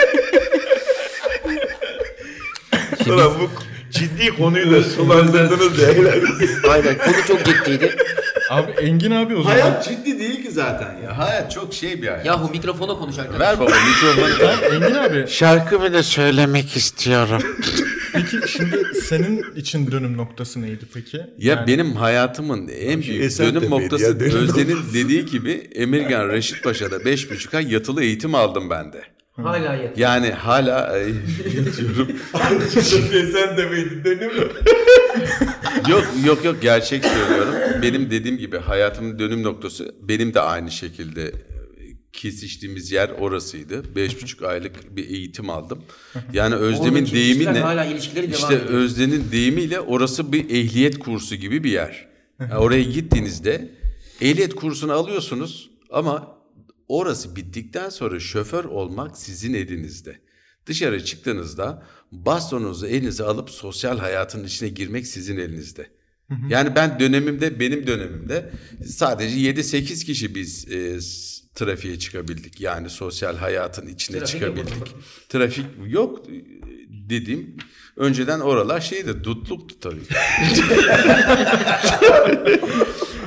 Sonra bu ciddi konuyu da sulandırdınız ya. Aynen, konu çok ciddiydi. Abi Engin abi o zaman. Hayat ciddi değil ki zaten ya. Hayat çok şey bir hayat. Yahu mikrofona konuş arkadaş. Ver baba mikrofonu. Tamam, Engin abi. Şarkı bile söylemek istiyorum. Peki şimdi senin için dönüm noktası neydi peki? Ya Yani- benim hayatımın en büyük Esentepe'ydi dönüm noktası ya, dönüm Özden'in dediği gibi Emirgan Reşit Paşa'da beş buçuk ay yatılı eğitim aldım ben de. Hala yatıyor. Yani hala e, yatıyorum. Sen de miydin dönüm mü? Yok yok yok gerçek söylüyorum. Benim dediğim gibi hayatımın dönüm noktası benim de aynı şekilde e, kesiştiğimiz yer orasıydı. Beş buçuk aylık bir eğitim aldım. Yani Özlem'in Oradaki ilişkiler deyimiyle hala ilişkileri devam işte ediyor. Özden'in deyimiyle orası bir ehliyet kursu gibi bir yer. Yani oraya gittiğinizde ehliyet kursunu alıyorsunuz ama orası bittikten sonra şoför olmak sizin elinizde. Dışarı çıktığınızda bastonunuzu elinize alıp sosyal hayatın içine girmek sizin elinizde. Yani ben dönemimde, benim dönemimde sadece yedi sekiz kişi biz e, s- trafiğe çıkabildik. Yani sosyal hayatın içine Trafik yok çıkabildik. Trafik yok e, dediğim önceden oralar şeydi, dutluktu tabii.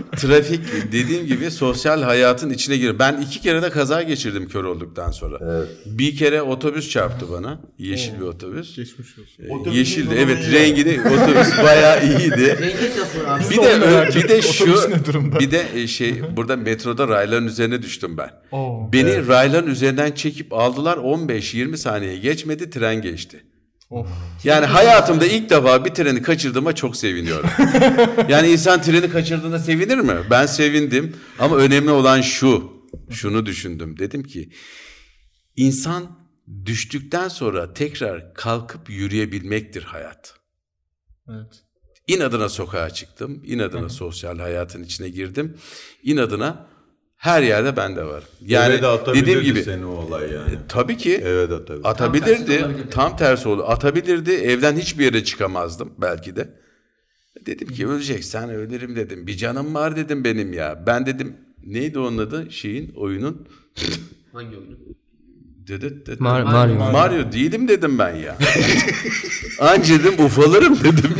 trafik dediğim gibi sosyal hayatın içine giriyor. Ben iki kere de kaza geçirdim kör olduktan sonra. Evet. Bir kere otobüs çarptı bana. Yeşil bir otobüs. Geçmiş olsun. Ee, Otobüsün Yeşildi. durumu Evet, iyi rengi de otobüs bayağı iyiydi. Rengi nasıl abi? Bir de merak bir de ettik. şu Otobüs ne durumda? bir de e, şey burada metroda rayların üzerine düştüm ben. Oo. Beni rayların üzerinden çekip aldılar. on beş yirmi saniye geçmedi, tren geçti. Of. Yani hayatımda ilk defa bir treni kaçırdığıma çok seviniyorum. Yani insan treni kaçırdığında sevinir mi? Ben sevindim ama önemli olan şu. Şunu düşündüm. Dedim ki insan düştükten sonra tekrar kalkıp yürüyebilmektir hayat. Evet. İnadına sokağa çıktım. İnadına sosyal hayatın içine girdim. İnadına her yerde ben de varım. Yani Eve de atabilirdi dediğim gibi seni o olay yani. tabii ki Eve de atabilirdi. atabilirdi. Tam tersi oldu. Atabilirdi. Evden hiçbir yere çıkamazdım belki de. Dedim ki öleceksen ölürüm dedim. Bir canım var dedim benim ya. Ben dedim neydi onun adı şeyin oyunun? Hangi oyunu? Dedet dedet. Mar- Mario. Mario değilim dedim ben ya. Anca dedim ufalırım dedim.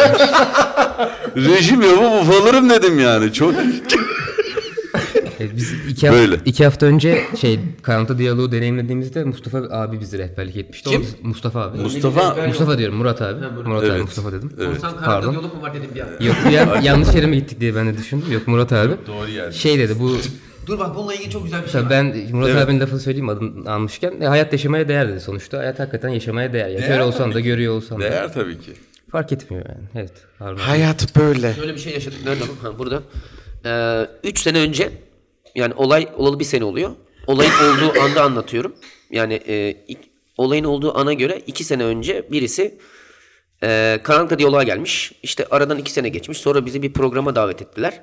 Rejim yapıp ufalırım dedim yani. Çok Evet, biz iki, hafta, Böyle. iki hafta önce şey karanlıkta diyaloğu deneyimlediğimizde Mustafa abi bizi rehberlik etmişti. Kim? O biz- Mustafa abi. Mustafa Mustafa diyorum Murat abi. Murat abi Evet. Mustafa dedim. Evet. Sen karanlıkta Pardon. diyalog mu var dedim bir an. Yok ya, yanlış yere mi gittik diye ben de düşündüm. Yok Murat abi. doğru yerde. Şey dedi bu Dur bak bununla ilgili çok güzel bir şey tabii var. ben Murat Evet. abinin lafını söyleyeyim adını almışken. E, hayat yaşamaya değer dedi sonuçta. Hayat hakikaten yaşamaya değer. Ya Değer kör olsan tabii da ki. görüyor olsan da. Değer tabii ki. Fark etmiyor yani. Evet. Harun abi. Hayat böyle. Şöyle bir şey yaşadık. Nerede bu? Ha, burada. Ee, üç sene önce yani olay olalı bir sene oluyor. Olayın olduğu anda anlatıyorum. Yani e, ilk, olayın olduğu ana göre iki sene önce birisi e, karanlıkta diyaloğa gelmiş. İşte aradan iki sene geçmiş. Sonra bizi bir programa davet ettiler.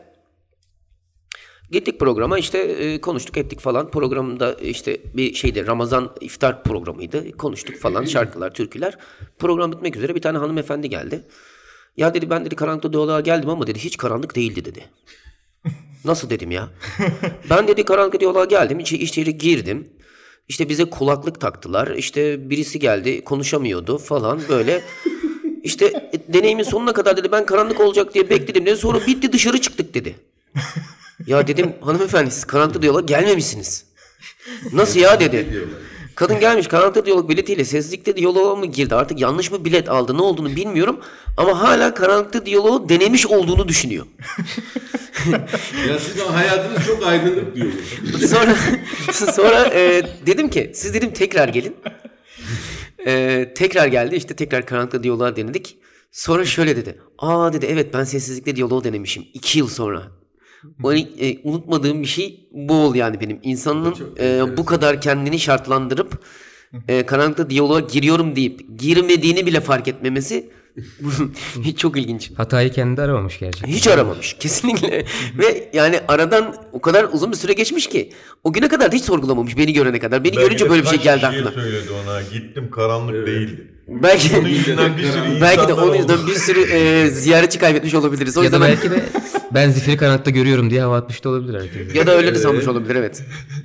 Gittik programa işte e, konuştuk ettik falan. Programda işte bir şeydi Ramazan iftar programıydı. Konuştuk falan şarkılar, türküler. Program bitmek üzere bir tane hanımefendi geldi. Ya dedi ben dedi karanlıkta diyaloğa geldim ama dedi hiç karanlık değildi dedi. Nasıl dedim ya? Ben dedi karanlıkta diyaloğa geldim. İçeri, içeri girdim. İşte bize kulaklık taktılar. İşte birisi geldi konuşamıyordu falan böyle. İşte e, deneyimin sonuna kadar dedi ben karanlık olacak diye bekledim dedi. Sonra bitti dışarı çıktık dedi. Ya dedim hanımefendi siz karanlıkta diyaloğa gelmemişsiniz. Nasıl ya dedi. Kadın gelmiş karanlıkta diyalog biletiyle sessizlikte diyaloğa mı girdi artık yanlış mı bilet aldı ne olduğunu bilmiyorum. Ama hala karanlıkta diyaloğu denemiş olduğunu düşünüyor. Ya siz o hayatınız çok aydınlık diyormuş. Sonra sonra e, dedim ki siz dedim tekrar gelin. E, tekrar geldi işte tekrar karanlıkta diyaloğa denedik. Sonra şöyle dedi. Aa dedi evet ben sessizlikte diyaloğu denemişim. iki yıl sonra. O, e, unutmadığım bir şey bu oldu yani benim. İnsanın e, bu kadar kendini şartlandırıp e, karanlıkta diyaloğa giriyorum deyip girmediğini bile fark etmemesi çok ilginç. Hatayı kendi aramamış gerçekten. Hiç aramamış kesinlikle. Ve yani aradan o kadar uzun bir süre geçmiş ki o güne kadar da hiç sorgulamamış beni görene kadar. Beni Belki görünce de böyle bir şey kaç geldi kişiye aklına. söyledi ona gittim karanlık değildi. Belki Onun yüzünden bir sürü belki de insanlar onun oldu. yüzden bir sürü e, ziyaretçi kaybetmiş olabiliriz. O Ya da yüzden belki de ben zifiri karanlıkta görüyorum diye hava atmış da olabilir herkes. ya da öyle de sanmış olabilir evet.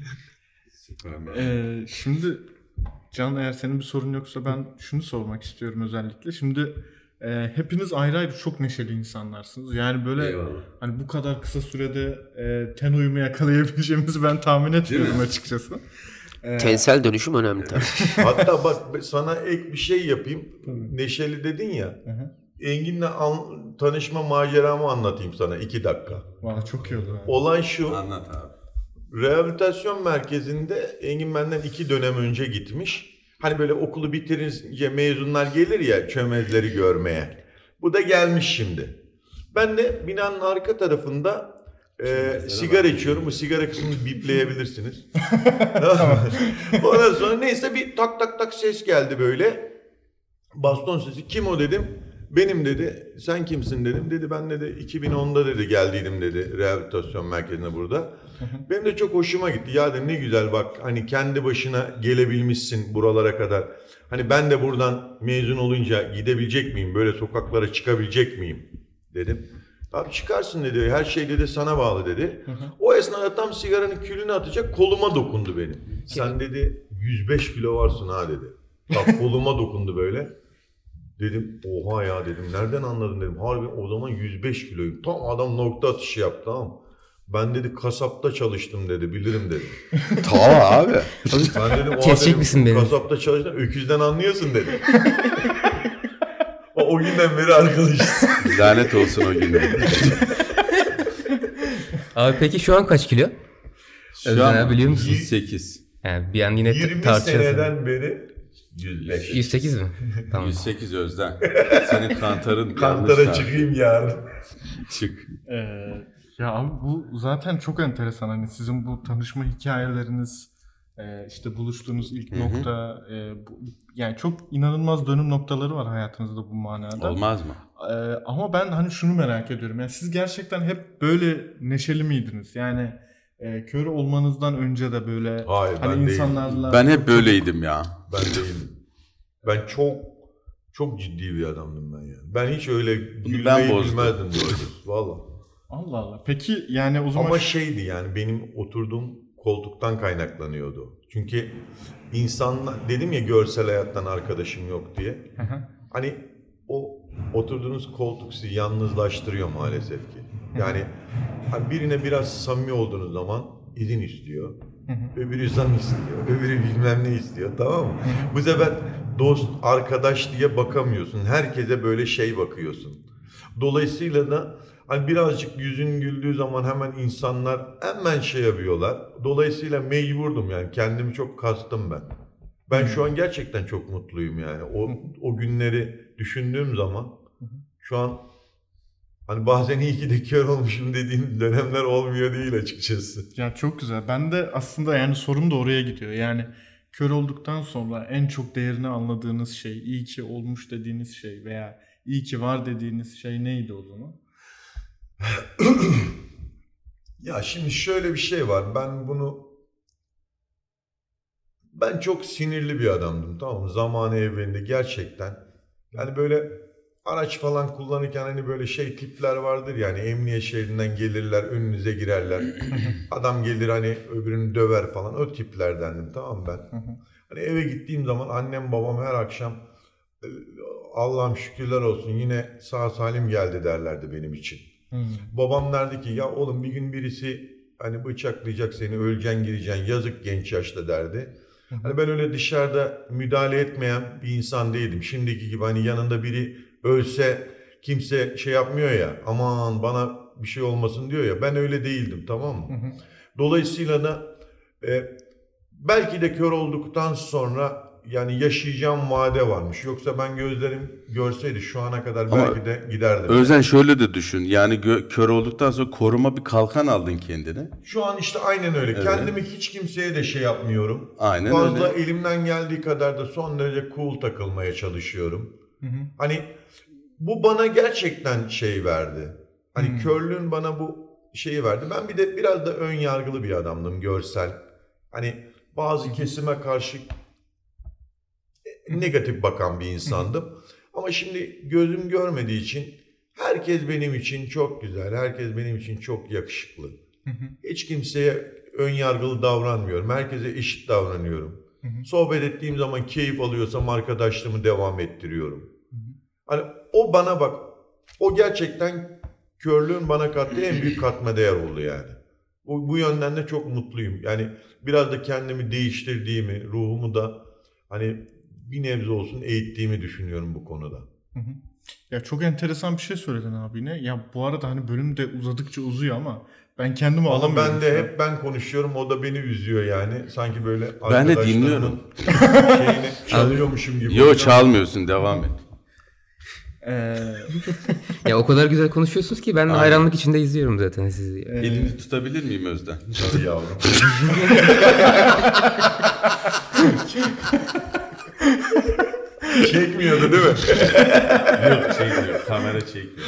Ee, şimdi Can eğer senin bir sorun yoksa ben şunu sormak istiyorum özellikle. Şimdi e, hepiniz ayrı ayrı çok neşeli insanlarsınız. Yani böyle Eyvallah. hani bu kadar kısa sürede e, ten uyumu yakalayabileceğimizi ben tahmin etmiyorum açıkçası. Tensel dönüşüm önemli tabii. Hatta bak sana ek bir şey yapayım. Neşeli dedin ya. Engin'le an- tanışma maceramı anlatayım sana iki dakika. Valla çok iyi oldu. ha. Olay şu. Anlat abi. Rehabilitasyon merkezinde Engin benden iki dönem önce gitmiş. Hani böyle okulu bitirince mezunlar gelir ya çömezleri görmeye. Bu da gelmiş şimdi. Ben de binanın arka tarafında e, sigara içiyorum. Bu sigara kısmını bipleyebilirsiniz. Ondan sonra neyse bir tak tak tak ses geldi böyle. Baston sesi. Kim o dedim. Benim dedi. Sen kimsin dedim. Dedi ben dedi iki bin onda dedi geldiydim dedi rehabilitasyon merkezine burada. Benim de çok hoşuma gitti. Ya dedim ne güzel bak hani kendi başına gelebilmişsin buralara kadar. Hani ben de buradan mezun olunca gidebilecek miyim? Böyle sokaklara çıkabilecek miyim? Dedim. Abi çıkarsın dedi. Her şey dedi sana bağlı dedi. O esnada tam sigaranın külünü atacak koluma dokundu benim. Sen dedi yüz beş kilo varsın ha dedi. Bak koluma dokundu böyle. Dedim oha ya dedim. Nereden anladın dedim. Harbi o zaman yüz beş kiloyum. Tam adam nokta atışı yaptı tamam. Ben dedi kasapta çalıştım dedi. Bilirim dedi. Tamam abi. Ben dedim oha Kesecek dedim, misin beni? kasapta çalıştım. Öküzden anlıyorsun dedi. o, o günden beri arkadaşız. Lanet olsun o güne. Abi peki şu an kaç kilo? Şu Özden an abi biliyor musun? yüz sekiz. Yani bir an yine yirmi tartışacağız. seneden beri yüz beş. yüz sekiz mi? Tamam. yüz sekiz Özden. Senin kantarın Kantara yanlış çıkayım yarın. Çık. Ee, ya abi bu zaten çok enteresan. Hani sizin bu tanışma hikayeleriniz, e, işte buluştuğunuz ilk nokta, e, bu, yani çok inanılmaz dönüm noktaları var hayatınızda bu manada. Olmaz mı? Ee, ama ben hani şunu merak ediyorum. Yani siz gerçekten hep böyle neşeli miydiniz? Yani e, kör olmanızdan önce de böyle Hayır, hani ben insanlarla... Ben hep böyleydim ya. Ben değilim. Ben çok çok ciddi bir adamdım ben yani. Ben hiç öyle gülmeyi ben bozdum. bilmezdim doğrusu. Valla. Allah Allah. Peki yani o zaman... Ama şeydi yani benim oturduğum koltuktan kaynaklanıyordu. Çünkü insanlar dedim ya görsel hayattan arkadaşım yok diye. Hı hı. Hani o oturduğunuz koltuk sizi yalnızlaştırıyor maalesef ki. Yani hani birine biraz samimi olduğunuz zaman izin istiyor. Öbürü zam istiyor. Öbürü bilmem ne istiyor. Tamam mı? Bu sefer dost, arkadaş diye bakamıyorsun. Herkese böyle şey bakıyorsun. Dolayısıyla da hani birazcık yüzün güldüğü zaman hemen insanlar hemen şey yapıyorlar. Dolayısıyla mecburdum yani. Kendimi çok kastım ben. Ben şu an gerçekten çok mutluyum yani. O o günleri düşündüğüm zaman şu an hani bazen iyi ki de kör olmuşum dediğim dönemler olmuyor değil açıkçası. Ya çok güzel. Ben de aslında yani sorum da oraya gidiyor. Yani kör olduktan sonra en çok değerini anladığınız şey, iyi ki olmuş dediğiniz şey veya iyi ki var dediğiniz şey neydi o zaman? Ya şimdi şöyle bir şey var. Ben bunu ben çok sinirli bir adamdım, tamam mı? Zamanı evvelinde gerçekten. Yani böyle araç falan kullanırken hani böyle şey tipler vardır yani emniyet şeridinden gelirler, önünüze girerler. Adam gelir hani öbürünü döver falan, o tiplerdendim, tamam mı ben? Hani eve gittiğim zaman annem babam her akşam Allah'ım şükürler olsun yine sağ salim geldi derlerdi benim için. Hmm. Babam derdi ki ya oğlum bir gün birisi hani bıçaklayacak seni, öleceksin gideceksin, yazık genç yaşta derdi. Hani ben öyle dışarıda müdahale etmeyen bir insan değildim. Şimdiki gibi hani yanında biri ölse kimse şey yapmıyor ya, aman bana bir şey olmasın diyor ya, ben öyle değildim, tamam mı? Dolayısıyla da e, belki de kör olduktan sonra yani yaşayacağım vade varmış. Yoksa ben gözlerim görseydi şu ana kadar Ama belki de giderdim. Özden şöyle de düşün. Yani gö- kör olduktan sonra koruma bir kalkan aldın kendine. Şu an işte aynen öyle. Evet. Kendimi hiç kimseye de şey yapmıyorum. Aynen Fazla öyle. elimden geldiği kadar da son derece cool takılmaya çalışıyorum. Hı hı. Hani bu bana gerçekten şey verdi. Hani hmm. körlüğün bana bu şeyi verdi. Ben bir de biraz da ön yargılı bir adamdım, görsel. Hani bazı kesime karşı negatif bakan bir insandım. Ama şimdi gözüm görmediği için herkes benim için çok güzel, herkes benim için çok yakışıklı. Hiç kimseye ön yargılı davranmıyorum. Herkese eşit davranıyorum. Sohbet ettiğim zaman keyif alıyorsam arkadaşlığımı devam ettiriyorum. Hani o bana bak, o gerçekten körlüğün bana kattığı en büyük katma değer oldu yani. Bu, bu yönden de çok mutluyum. Yani biraz da kendimi değiştirdiğimi, ruhumu da hani bir nebze olsun eğittiğimi düşünüyorum bu konuda. Hı hı. Ya çok enteresan bir şey söyledin abi yine. Ya bu arada hani bölüm de uzadıkça uzuyor ama ben kendimi Ama alamıyorum. ben de hep ben konuşuyorum, o da beni üzüyor yani. Sanki böyle Ben de arkadaşlarımın dinliyorum. şeyini çalıyormuşum gibi. Yo çalmıyorsun, devam et. Ee, Ya o kadar güzel konuşuyorsunuz ki ben Aynen. hayranlık içinde izliyorum zaten sizi. Elini tutabilir miyim Özden? Tabii yavrum. Çekmiyordu değil mi? Yok çekmiyor, kamera çekmiyor.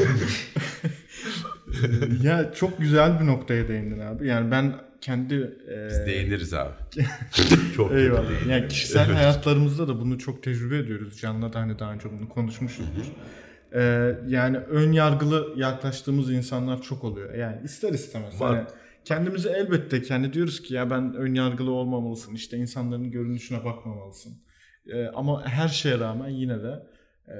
ya çok güzel bir noktaya değindin abi. Yani ben kendi e, Biz değiniriz abi. Çok eyvallah. Yani kişisel hayatlarımızda da bunu çok tecrübe ediyoruz. Can'la da hani daha önce bunu konuşmuşuzdur. Ee, yani ön yargılı yaklaştığımız insanlar çok oluyor. Yani ister istemez. Var. Hani kendimizi elbette kendi diyoruz ki ya ben ön yargılı olmamalısın. İşte insanların görünüşüne bakmamalısın. Ee, ama her şeye rağmen yine de e,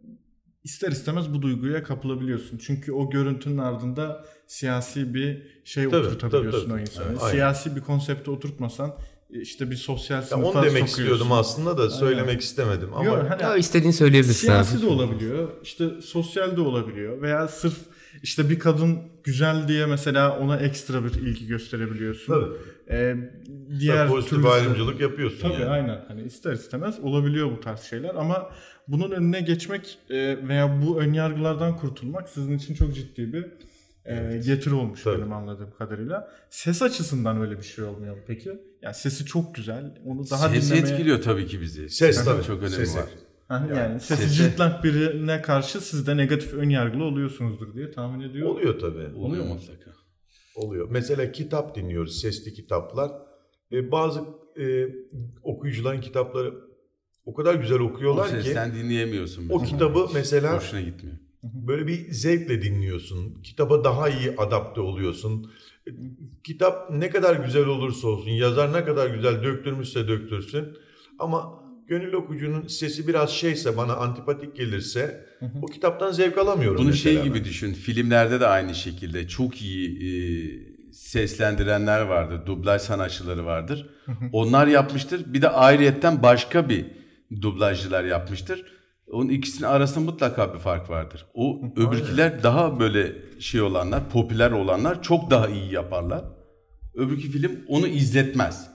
ister istemez bu duyguya kapılabiliyorsun. Çünkü o görüntünün ardında siyasi bir şey Tabii, oturtabiliyorsun tabii, tabii. o insana. Evet, aynen. Siyasi bir konsepte oturtmasan işte bir sosyal sınıfa Ya onu demek sokuyorsun. istiyordum aslında da söylemek Aynen. istemedim ama Yok, hani Ya istediğini söyleyebilirsin siyasi abi. de olabiliyor, işte sosyal de olabiliyor veya sırf işte bir kadın güzel diye mesela ona ekstra bir ilgi gösterebiliyorsun. tabii. Ee, diğer Pozitif türlü- ayrımcılık yapıyorsun Tabii yani. aynen. Hani ister istemez olabiliyor bu tarz şeyler ama bunun önüne geçmek e, veya bu önyargılardan kurtulmak sizin için çok ciddi bir e, getiri olmuş Tabii. benim anladığım kadarıyla. Ses açısından öyle bir şey olmuyor mu peki? Yani sesi çok güzel. Onu daha Ses dinlemeye... etkiliyor tabii ki bizi. Ses tabii. Çok önemi Sesi. var. Ha, yani, sesi sesi- cırtlak birine karşı siz de negatif önyargılı oluyorsunuzdur diye tahmin ediyorum. Oluyor tabii. Oluyor mutlaka. Oluyor. Mesela kitap dinliyoruz, sesli kitaplar. E, bazı e, okuyucuların kitapları o kadar güzel O okuyorlar ki sesten dinleyemiyorsun. o mesela. kitabı mesela Hoşuna gitmiyor. böyle bir zevkle dinliyorsun. Kitaba daha iyi adapte oluyorsun. E, Kitap ne kadar güzel olursa olsun, yazar ne kadar güzel döktürmüşse döktürsün. Ama gönül okuyucunun sesi biraz şeyse, bana antipatik gelirse o kitaptan zevk alamıyorum. Bunu mesela şey gibi ben. düşün. Filmlerde de aynı şekilde çok iyi e, seslendirenler vardır. Dublaj sanatçıları vardır. Onlar yapmıştır. Bir de ayrıyetten başka bir dublajcılar yapmıştır. Onun ikisinin arasında mutlaka bir fark vardır. O öbürkiler daha böyle şey olanlar, popüler olanlar çok daha iyi yaparlar. Öbürkü film onu izletmez.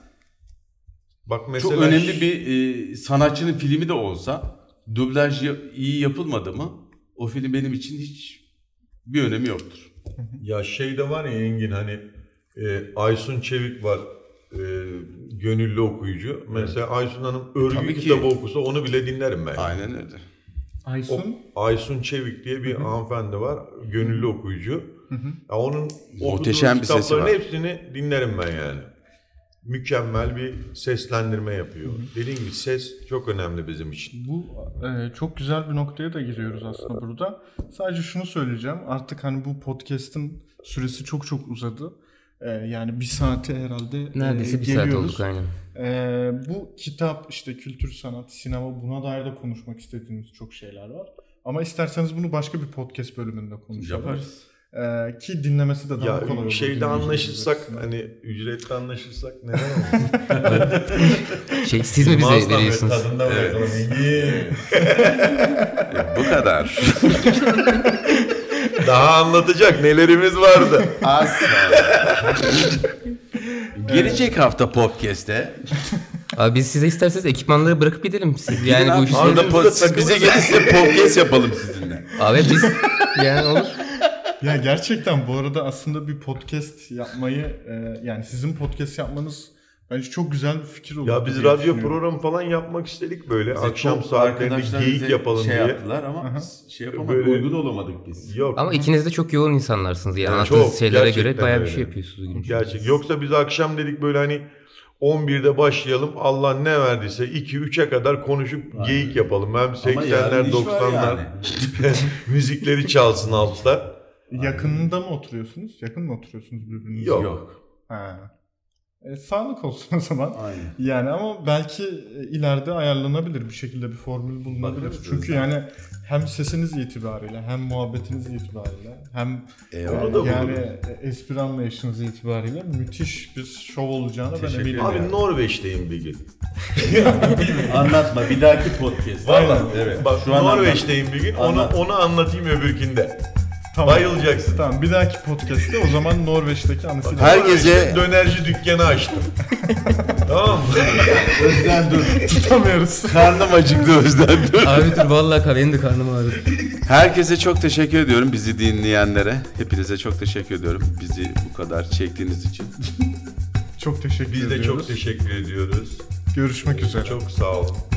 Bak mesela Çok önemli bir e, sanatçının filmi de olsa dublaj ya- iyi yapılmadı mı o film benim için hiç bir önemi yoktur. Ya şey de var ya Engin, hani e, Aysun Çevik var, e, gönüllü okuyucu. Mesela Aysun Hanım örgü Tabii ki. kitabı okusa onu bile dinlerim ben. Aynen öyle. Aysun Aysun Çevik diye bir hanımefendi var, gönüllü okuyucu. Ya onun Muhteşem okuduğu bir sesi kitapların var. hepsini dinlerim ben yani. Mükemmel bir seslendirme yapıyor. Dediğim gibi ses çok önemli bizim için. bu e, çok güzel bir noktaya da giriyoruz aslında burada. Sadece şunu söyleyeceğim. Artık hani bu podcast'ın süresi çok çok uzadı. E, yani bir saate herhalde Neredeyse e, bir saat geliyoruz. olduk aynen. E, bu kitap, işte kültür, sanat, sinema, buna dair de konuşmak istediğimiz çok şeyler var. Ama isterseniz bunu başka bir podcast bölümünde konuşalım. Yaparız. E, ki dinlemesi de daha kolay Ya olur. şeyde dinleyicilerimiz anlaşırsak, açısından. hani ücretli anlaşırsak neden olmasın? Şey, siz mi bize Mağazdan böyle veriyorsunuz? tadında bırakalım Engin. E, bu kadar. Daha anlatacak nelerimiz vardı. Asla. Gelecek hafta podcast'te Abi biz size isterseniz ekipmanları bırakıp gidelim. Siz yani bu işi... Orada Abi, po- siz bize gelin size podcast yapalım sizinle. Abi biz yani olur. Ya gerçekten bu arada aslında bir podcast yapmayı e, yani sizin podcast yapmanız bence çok güzel bir fikir olur. Ya biz diye radyo düşünüyorum. programı falan yapmak istedik böyle. Bize Akşam çok saatlerinde arkadaşlar geyik bize yapalım şey diye. yaptılar ama biz şey yapamadık. Böyle- Uygun olamadık biz. Yok. Ama ikiniz de çok yoğun insanlarsınız. Yani Yani anlattığınız çok, şeylere göre gerçekten bayağı bir öyle. şey yapıyorsunuz gün içinde. Gerçek. Yoksa biz akşam dedik böyle hani on birde başlayalım. Allah ne verdiyse iki üçe kadar konuşup geyik yapalım. Hem Ama yarın seksenler iş var doksanlar yani. müzikleri çalsın altta. Yakınında mı oturuyorsunuz? Yakın mı oturuyorsunuz birbirinize? Yok. Yok. Ha. E, sağlık olsun o zaman. Aynen. Yani ama belki e, ileride ayarlanabilir bir şekilde bir formül bulunabilir. Bakarız Çünkü zaten. yani hem sesiniz itibariyle hem muhabbetiniz itibariyle hem Eyvallah. e, Onu da yani buluruz. e, espri anlayışınız itibariyle müthiş bir şov olacağına ben Teşekkür eminim. ederim. Abi Norveç'teyim bir gün. Anlatma bir dahaki podcast. Vallahi Evet. bak Şu an Norveç'teyim bir gün. Onu Anlat. onu anlatayım öbürkünde. Tamam. Bayılacaksın. Tamam, bir dahaki podcast'te o zaman Norveç'teki anısıyla Her Norveç'te gece- dönerci dükkanı açtım. Tamam mı? Özden dur. tutamıyoruz. Karnım acıktı Özden dur. Abi dur vallahi benim de karnım ağrıdı. Herkese çok teşekkür ediyorum bizi dinleyenlere. Hepinize çok teşekkür ediyorum bizi bu kadar çektiğiniz için. Çok teşekkür Biz de ediyoruz. çok teşekkür ediyoruz. Görüşmek üzere. Çok sağ olun.